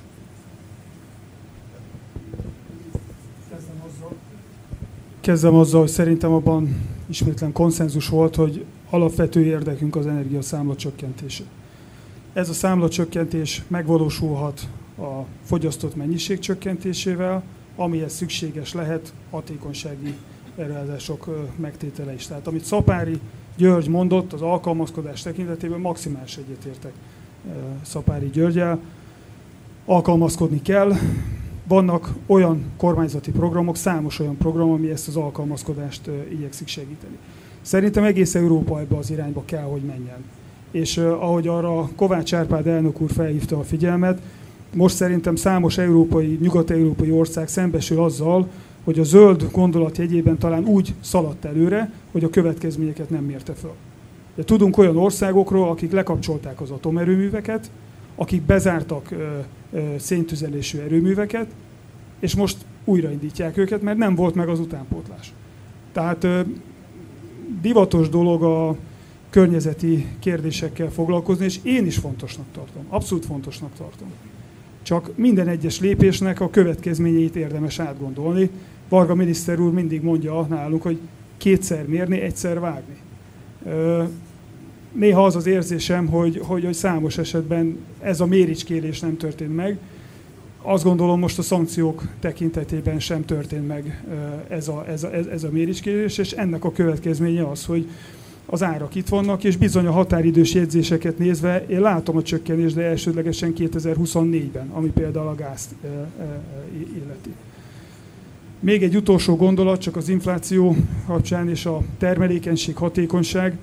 Kezdem azzal, hogy szerintem abban ismétlen konszenzus volt, hogy alapvető érdekünk az energiaszámla csökkentése. Ez a számlacsökkentés megvalósulhat a fogyasztott mennyiség csökkentésével, amihez szükséges lehet hatékonysági előállások megtétele is. Tehát amit Szapári György mondott, az alkalmazkodás tekintetében maximális egyetértek Szapári Györggyel. Alkalmazkodni kell. Vannak olyan kormányzati programok, számos olyan program, ami ezt az alkalmazkodást igyekszik segíteni. Szerintem egész Európa ebbe az irányba kell, hogy menjen. És ahogy arra Kovács Árpád elnök úr felhívta a figyelmet, most szerintem számos nyugat-európai ország szembesül azzal, hogy a zöld gondolat jegyében talán úgy szaladt előre, hogy a következményeket nem mérte föl. De tudunk olyan országokról, akik lekapcsolták az atomerőműveket, akik bezártak széntüzelésű erőműveket, és most újraindítják őket, mert nem volt meg az utánpótlás. Tehát divatos dolog környezeti kérdésekkel foglalkozni, és én is fontosnak tartom, abszolút fontosnak tartom. Csak minden egyes lépésnek a következményeit érdemes átgondolni. Varga miniszter úr mindig mondja nálunk, hogy 2-szer mérni, 1-szer vágni. Néha az az érzésem, hogy számos esetben ez a méricskélés nem történt meg. Azt gondolom, most a szankciók tekintetében sem történt meg ez a méricskélés, és ennek a következménye az, hogy az árak itt vannak, és bizony a határidős jegyzéseket nézve én látom a csökkenést, de elsődlegesen 2024-ben, ami például a gázt illeti. Még egy utolsó gondolat, csak az infláció kapcsán és a termelékenység, hatékonyság.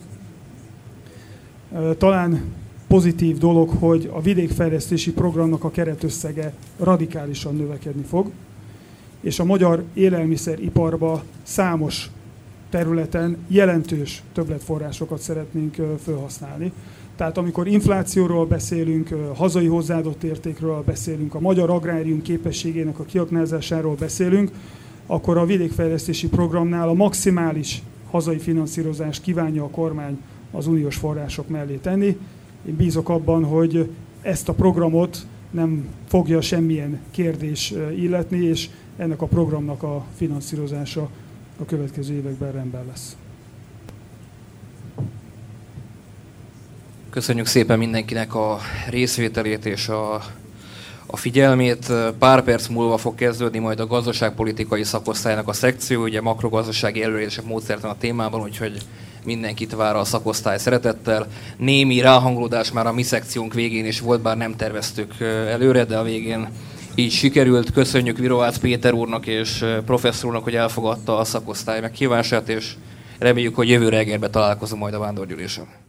Talán pozitív dolog, hogy a vidékfejlesztési programnak a keretösszege radikálisan növekedni fog, és a magyar élelmiszeriparba számos területen jelentős többletforrásokat szeretnénk felhasználni. Tehát amikor inflációról beszélünk, hazai hozzáadott értékről beszélünk, a magyar agrárium képességének a kiaknázásáról beszélünk, akkor a vidékfejlesztési programnál a maximális hazai finanszírozást kívánja a kormány az uniós források mellé tenni. Én bízok abban, hogy ezt a programot nem fogja semmilyen kérdés illetni, és ennek a programnak a finanszírozása a következő években rendben lesz. Köszönjük szépen mindenkinek a részvételét és a figyelmét. Pár perc múlva fog kezdődni majd a gazdaságpolitikai szakosztálynak a szekció, ugye makrogazdasági előrejelzések módszertan a témában, úgyhogy mindenkit vár a szakosztály szeretettel. Némi ráhangolódás már a mi szekciónk végén is volt, bár nem terveztük előre, de a végén így sikerült. Köszönjük Virovácz Péter úrnak és professzor úrnak, hogy elfogadta a szakosztály meghívását, és reméljük, hogy jövő reggelben találkozunk majd a vándorgyűlésen.